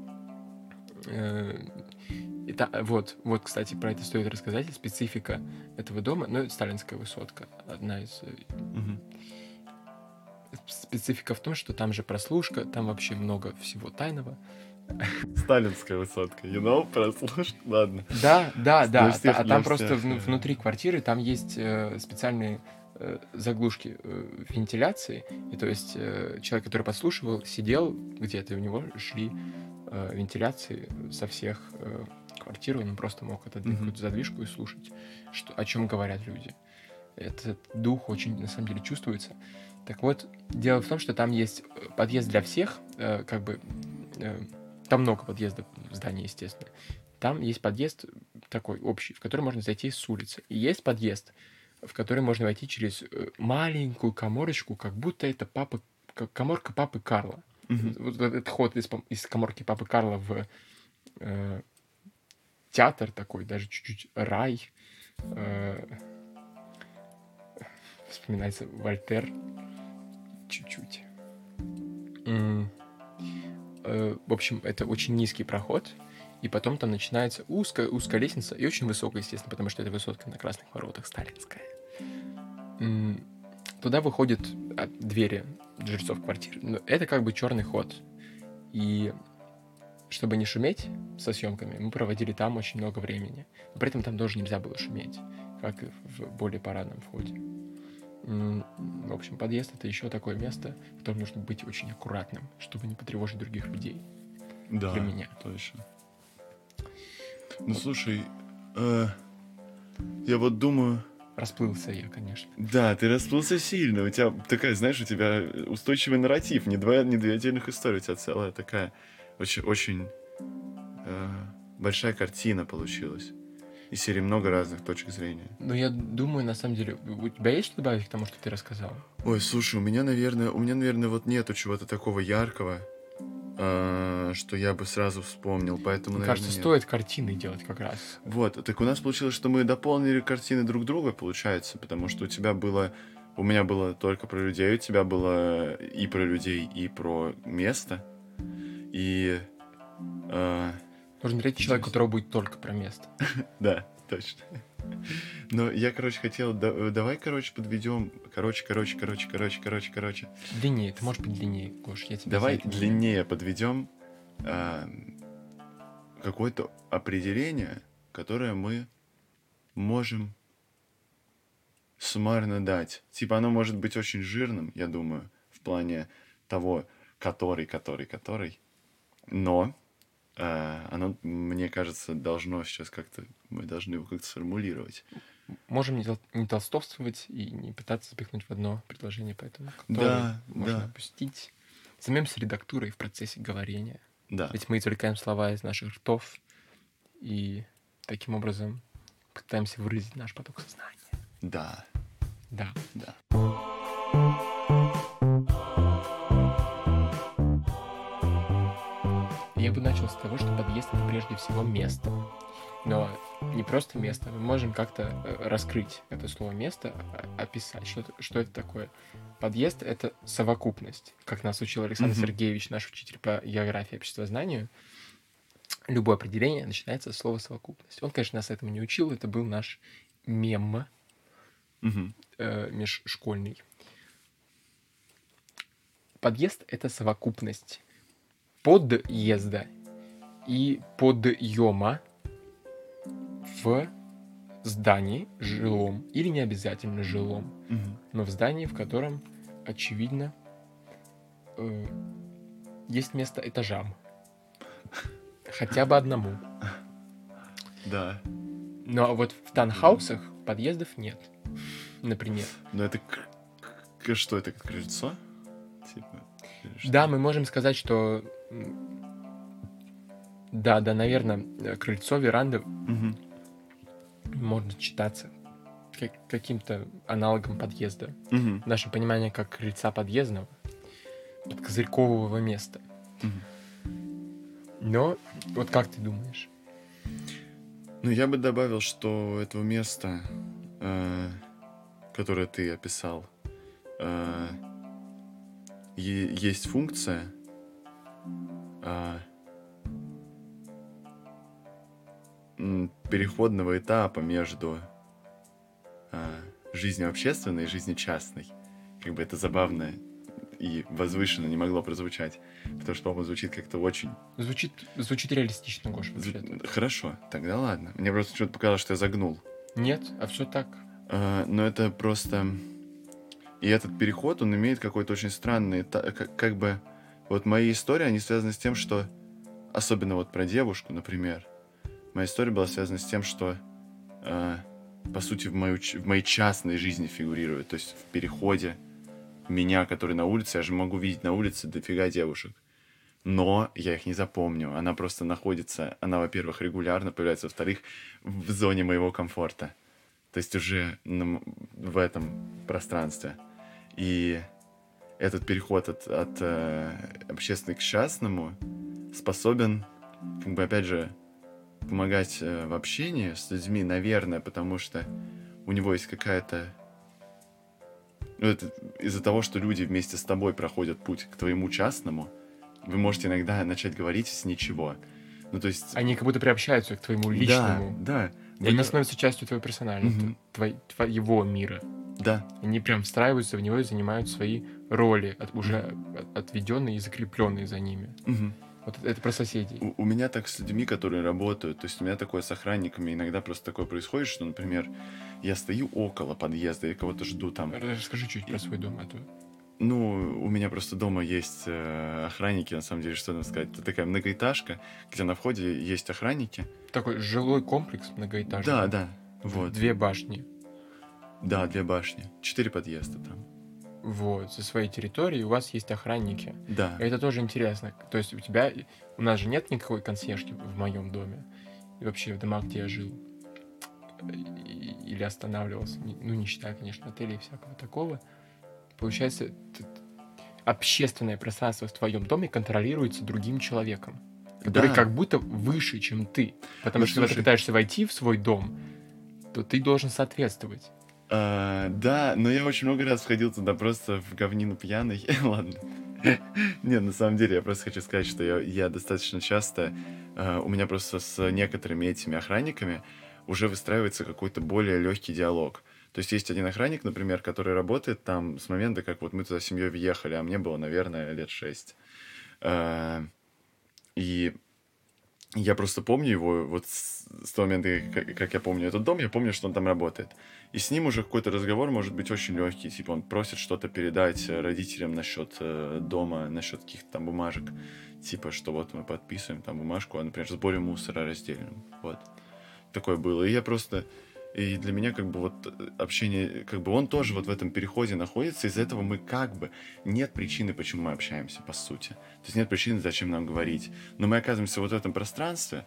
Э, и та- вот, вот, кстати, про это стоит рассказать. Специфика этого дома, ну, это сталинская высотка, одна из... э, мгм. Специфика в том, что там же прослушка, там вообще много всего тайного. Сталинская высотка, you know, прослушка, ладно. Да, да, Для да. всех, А для там просто всех, вну- э, внутри квартиры там есть э, специальные э, заглушки э, вентиляции. И то есть э, человек, который подслушивал, сидел где-то, и у него шли э, вентиляции со всех э, квартир. Он просто мог отодвинуть Мгм. какую-то задвижку и слушать, что, о чем говорят люди. Этот дух очень, на самом деле, чувствуется. Так вот, дело в том, что там есть э, подъезд для всех, э, как бы... э, там много подъездов в здании, естественно. Там есть подъезд такой общий, в который можно зайти с улицы. И есть подъезд, в который можно войти через э, маленькую каморочку, как будто это папа, как коморка папы Карла. Мгм. Вот этот ход из, пом- из коморки папы Карла в э, театр такой, даже чуть-чуть рай. Э, вспоминается Вольтер. чуть-чуть. М, э, В общем, это очень низкий проход, и потом там начинается узкая, узкая лестница, и очень высокая, естественно, потому что это высотка на Красных Воротах, сталинская. М, Туда выходят а, двери жильцов квартир. Но это как бы черный ход. И чтобы не шуметь со съемками, мы проводили там очень много времени. Но при этом там тоже нельзя было шуметь, как и в более парадном входе. М, В общем, подъезд — это еще такое место, в котором нужно быть очень аккуратным, чтобы не потревожить других людей. Да, Для меня. точно. Ну, слушай, э, я вот думаю... Расплылся я, конечно. Да, ты расплылся сильно. У тебя такая, знаешь, у тебя устойчивый нарратив. Не, два, не две отдельных истории, у тебя целая такая очень, очень э, большая картина получилась. Из серии много разных точек зрения. Но я думаю, на самом деле, у тебя есть что добавить к тому, что ты рассказал? Ой, слушай, у меня, наверное, у меня, наверное, вот нету чего-то такого яркого, э, что я бы сразу вспомнил, поэтому, Мне наверное, кажется, нет. стоит картины делать как раз. Вот, так у нас получилось, что мы дополнили картины друг друга, получается, потому что у тебя было... У меня было только про людей, у тебя было и про людей, и про место. И... э, Нужен третий человек, у которого будет только про место. да, точно. Но я, короче, хотел... да- давай, короче, подведем... Короче, короче, короче, короче, короче, короче. Длиннее, ты можешь быть длиннее, Гош, я тебя Давай за это не- длиннее подведем э, какое-то определение, которое мы можем суммарно дать. Типа оно может быть очень жирным, я думаю, в плане того, который, который, который. Но э, оно, мне кажется, должно сейчас как-то... Мы должны его как-то сформулировать. Можем не, тол- не толстовствовать и не пытаться запихнуть в одно предложение, поэтому который Да, можно да, опустить. Займемся редактурой в процессе говорения. да. Ведь мы извлекаем слова из наших ртов и таким образом пытаемся выразить наш поток сознания. Да, Да. да. Я бы начал с того, что подъезд — это прежде всего место. Но не просто место, мы можем как-то э, раскрыть это слово «место», а- описать, что, это- что это такое. Подъезд — это совокупность. Как нас учил Александр Мгм. Сергеевич, наш учитель по географии и обществознанию, любое определение начинается с слова «совокупность». Он, конечно, нас этому не учил, это был наш мем Мгм. э, межшкольный. Подъезд — это совокупность подъезда и подъема в здании жилом, или не обязательно жилом, Мгм. но в здании, в котором, очевидно, э, есть место этажам. Хотя бы одному. Да. Но вот в таунхаусах подъездов нет, например. Но это... к- к- Что это, как крыльцо? Типа... или что? Да, мы можем сказать, что... м, Да, да, наверное, крыльцо, веранда Мгм. можно считаться как- каким-то аналогом подъезда. Мгм. Наше понимание как крыльца подъездного, подкозырькового места. Мгм. Но вот как ты думаешь? Ну, я бы добавил, что у этого места, э, которое ты описал, э, е- есть функция э, м, переходного этапа между э, жизнью общественной и жизнью частной. Как бы это забавно и возвышенно не могло прозвучать, потому что, по-моему, звучит как-то очень... Звучит, звучит реалистично, Гоша, Зву- вообще-то. Хорошо, тогда ладно. Мне просто что-то показалось, что я загнул. Нет, а все так. Э, но это просто... И этот переход, он имеет какой-то очень странный... та- Как, как бы... Вот мои истории, они связаны с тем, что... Особенно вот про девушку, например. Моя история была связана с тем, что... э, по сути, в, мою, ч- в моей частной жизни фигурирует. То есть в переходе меня, который на улице, я же могу видеть на улице дофига девушек. Но я их не запомню. Она просто находится... Она, во-первых, регулярно появляется, во-вторых, в зоне моего комфорта. То есть уже на м- в этом пространстве. И этот переход от, от э, общественного к частному способен, как бы, опять же, помогать э, в общении с людьми, наверное, потому что у него есть какая-то Ну, это из-за того, что люди вместе с тобой проходят путь к твоему частному, вы можете иногда начать говорить с ничего. Ну, то есть... Они как будто приобщаются к твоему Да, личному. да. И Вы они на- становятся частью твоего персонажа, Мгм. т- твой- твоего мира. Да, Они прям встраиваются в него и занимают свои роли, от- уже от- отведенные и закрепленные за ними. Мгм. Вот это про соседей. У, у меня так с людьми, которые работают, то есть у меня такое с охранниками, иногда просто такое происходит, что, например, я стою около подъезда, я кого-то жду там. Расскажи чуть про свой дом, а то... Ну, у меня просто дома есть э, охранники, на самом деле, что там сказать, это такая многоэтажка, где на входе есть охранники. Такой жилой комплекс многоэтажный. Да, да, вот. Две башни. Да, две башни, четыре подъезда там. Вот, со своей территории у вас есть охранники. Да. И это тоже интересно. То есть у тебя... У нас же нет никакой консьержки в моем доме. И вообще в домах, где я жил. И- Или останавливался. Не- Ну, не считая, конечно, отелей и всякого такого. Получается, т- т- общественное пространство в твоем доме контролируется другим человеком. Который Да. как будто выше, чем ты. Потому Ну, что когда ты слушай. пытаешься войти в свой дом, то ты должен соответствовать. А, да, но я очень много раз входил туда просто в говнину пьяный. Ладно. Нет, на самом деле, я просто хочу сказать, что я, я достаточно часто... э, у меня просто с некоторыми этими охранниками уже выстраивается какой-то более легкий диалог. То есть есть один охранник, например, который работает там с момента, как вот мы туда с семьей въехали, а мне было, наверное, лет шесть. Э, И я просто помню его, вот с, с того момента, как, как я помню этот дом, я помню, что он там работает. И с ним уже какой-то разговор может быть очень легкий. Типа он просит что-то передать э, родителям насчет э, дома, насчет каких-то там бумажек. Типа, что вот мы подписываем там бумажку, а, например, в сборе мусора разделим. Вот. Такое было. И я просто... И для меня как бы вот э, общение, как бы он тоже вот в этом переходе находится, из-за этого мы как бы... Нет причины, почему мы общаемся, по сути. То есть нет причины, зачем нам говорить. Но мы оказываемся вот в этом пространстве,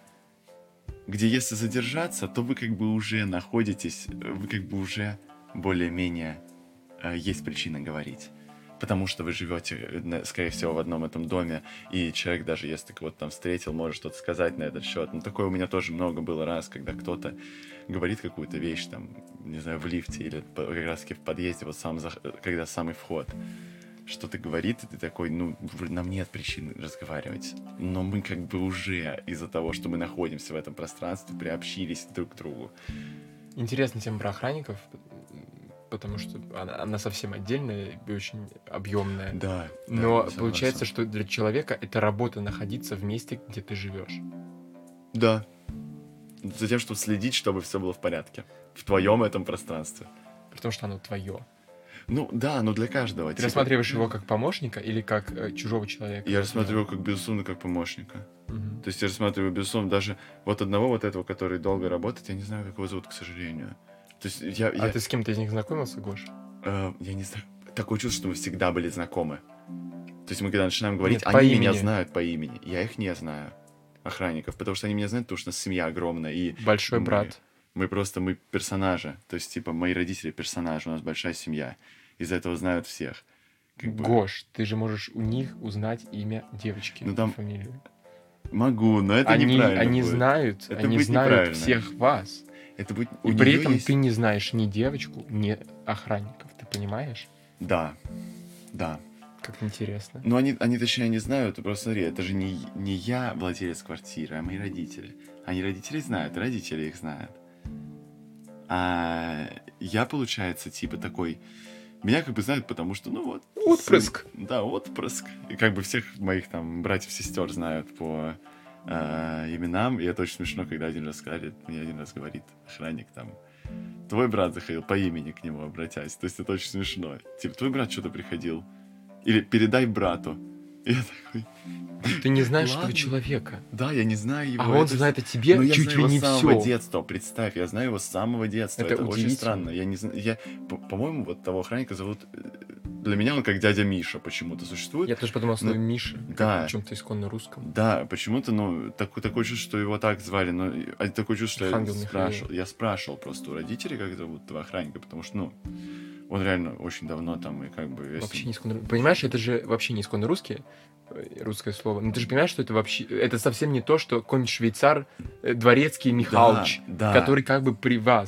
где если задержаться, то вы как бы уже находитесь, э, вы как бы уже более-менее э, есть причина говорить. Потому что вы живете, э, на- скорее всего, в одном этом доме, и человек, даже если ты кого-то там встретил, может что-то сказать на этот счет. Ну, такое у меня тоже много было раз, когда кто-то говорит какую-то вещь, там, не знаю, в лифте или по- как раз-таки в подъезде, вот сам, зах- э, когда самый вход, что-то говорит, и ты такой, ну, в- нам нет причин разговаривать. Но мы как бы уже из-за того, что мы находимся в этом пространстве, приобщились друг к другу. Интересная тема про охранников, потому что она, она совсем отдельная и очень объемная. Да. Но да, получается, согласен. что для человека это работа находиться в месте, где ты живешь. Да. Затем, чтобы следить, чтобы все было в порядке. В твоем этом пространстве. Потому что оно твое. Ну, да, но для каждого. Ты типа, рассматриваешь его как помощника или как э, чужого человека? Я рассматриваю его как, безусловно, как помощника. Мгм. То есть я рассматриваю, безусловно, даже вот одного вот этого, который долго работает, я не знаю, как его зовут, к сожалению. То есть я, А я, ты с кем-то из них знакомился, Гош? э, я не знаю, такое чувство, что мы всегда были знакомы. То есть мы когда начинаем говорить, Нет, по они меня имени. знают по имени. Я их не знаю, охранников, потому что они меня знают, потому что у нас семья огромная. И Большой мы- брат. Мы просто, мы персонажи. То есть, типа, мои родители персонажи, у нас большая семья. Из-за этого знают всех. Как бы, Гош, ты же можешь у них узнать имя девочки, Ну, там фамилию. могу, но это Они, неправильно они будет. знают, Это они будет знают неправильно. всех вас. Это будет... И у при неё этом есть- ты не знаешь ни девочку, ни охранников. Ты понимаешь? Да, да. Как интересно. Но они, они точнее не знают, просто смотри, это же не, не я владелец квартиры, а мои родители. Они родители знают, родители их знают. А я, получается, типа такой... Меня как бы знают, потому что, ну вот... Отпрыск. сын- Да, отпрыск. И как бы всех моих там братьев-сестер знают по э, именам. И это очень смешно, когда один раз сказали, мне один раз говорит охранник там, твой брат заходил, по имени к нему обратясь. То есть это очень смешно. Типа, твой брат что-то приходил. Или передай брату. И я такой, Ты не знаешь этого Ладно. человека. да, я не знаю его. А он это знает о с- тебе Ну, я чуть знаю ли его не с самого все. детства, представь, я знаю его с самого детства. Это Это, очень удивительно. странно. Я не знаю, я, по- по-моему, вот того охранника зовут... э, Для меня он как дядя Миша почему-то существует. Я тоже подумал, что Ну, Миша. да. Как о чем-то исконно русском. Да, почему-то, ну, такое, такое чувство, что его так звали, но и- а такое чувство, что я Архангел Михаил. спрашивал. Я спрашивал просто у родителей, как зовут этого охранника, потому что, ну, он реально очень давно там, и как бы... если- Вообще не исконно. Понимаешь, это же вообще не исконно русские. э, Русское слово. Но ты же понимаешь, что это вообще... Это совсем не то, что какой-нибудь швейцар, э, дворецкий Михалыч, Да, да. который как бы при вас,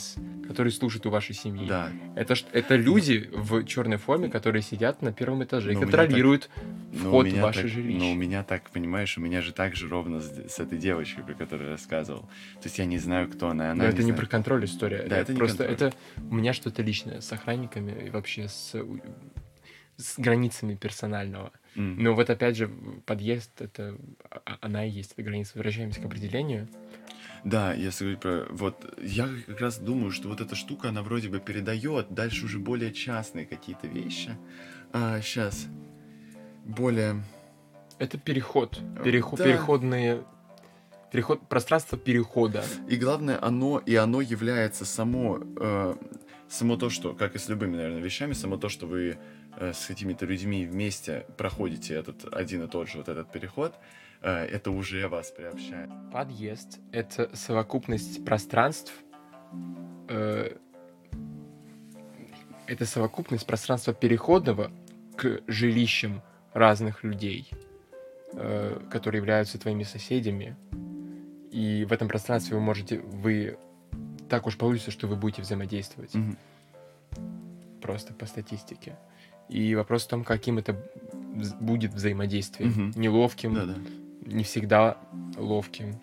которые служат у вашей семьи. Да. Это, ж- это люди в черной форме, которые сидят на первом этаже и Но у меня контролируют Но у вход в меня ваше так, жилище. но у меня так, понимаешь, у меня же так же ровно с, с этой девочкой, про которую я рассказывал. То есть я не знаю, кто она, она Но это не знает. про контроль история. Да, это не просто контроль. это у меня что-то личное с охранниками и вообще с, у- с границами персонального. М. Но вот опять же, подъезд, это а- она и есть эта граница. Возвращаемся к определению. Да, если говорить про... Вот, я как раз думаю, что вот эта штука, она вроде бы передает дальше уже более частные какие-то вещи. А, сейчас. Более... Это переход. Переход Да. Переходные... Переход, пространство перехода. И главное, оно, и оно является само, э, само то, что, как и с любыми, наверное, вещами, само то, что вы э, с какими-то людьми вместе проходите этот один и тот же вот этот переход, э, это уже вас приобщает. Подъезд — это совокупность пространств, э, это совокупность пространства переходного к жилищам разных людей, э, которые являются твоими соседями. И в этом пространстве вы можете, вы так уж получится, что вы будете взаимодействовать. Мгм. Просто по статистике. И вопрос в том, каким это вз- будет взаимодействие. Мгм. Неловким, Да-да. не всегда ловким.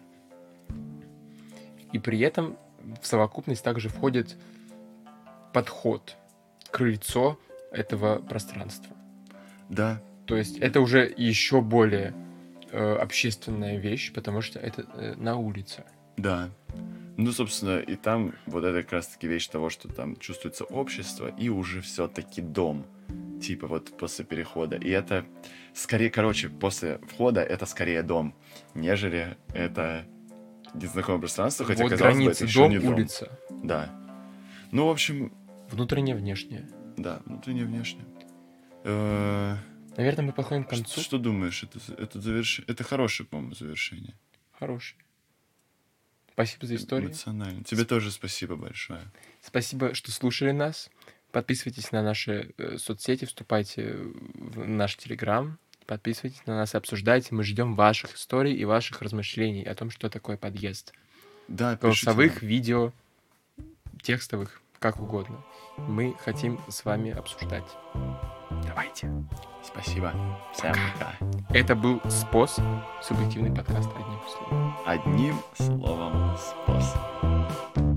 И при этом в совокупность также входит подход, крыльцо этого пространства. Да, То есть это уже еще более э, общественная вещь, потому что это э, на улице. да. Ну, собственно, и там вот это как раз-таки вещь того, что там чувствуется общество и уже все-таки дом. Типа вот после перехода. И это скорее, короче, после входа это скорее дом, нежели это незнакомое пространство, хотя, Вот казалось бы, границы, это еще дом, не дом. улица. Да. Ну, в общем, Внутреннее, внешнее. да, внутренне, внешне. Э, Наверное, мы подходим к Что, концу. что думаешь? Это, это, заверш... это хорошее, по-моему, завершение. Хороший. Спасибо за историю. Эмоционально. Тебе тоже спасибо большое. Спасибо, что слушали нас. Подписывайтесь на наши э, соцсети, вступайте в наш Телеграм, подписывайтесь на нас и обсуждайте. Мы ждем ваших историй и ваших размышлений о том, что такое подъезд. Да, пишите Голосовых, нам. видео, текстовых, как угодно. Мы хотим с вами обсуждать. Давайте. Спасибо. Всем пока. Это был СПОС, субъективный подкаст одним словом. Одним словом, способ.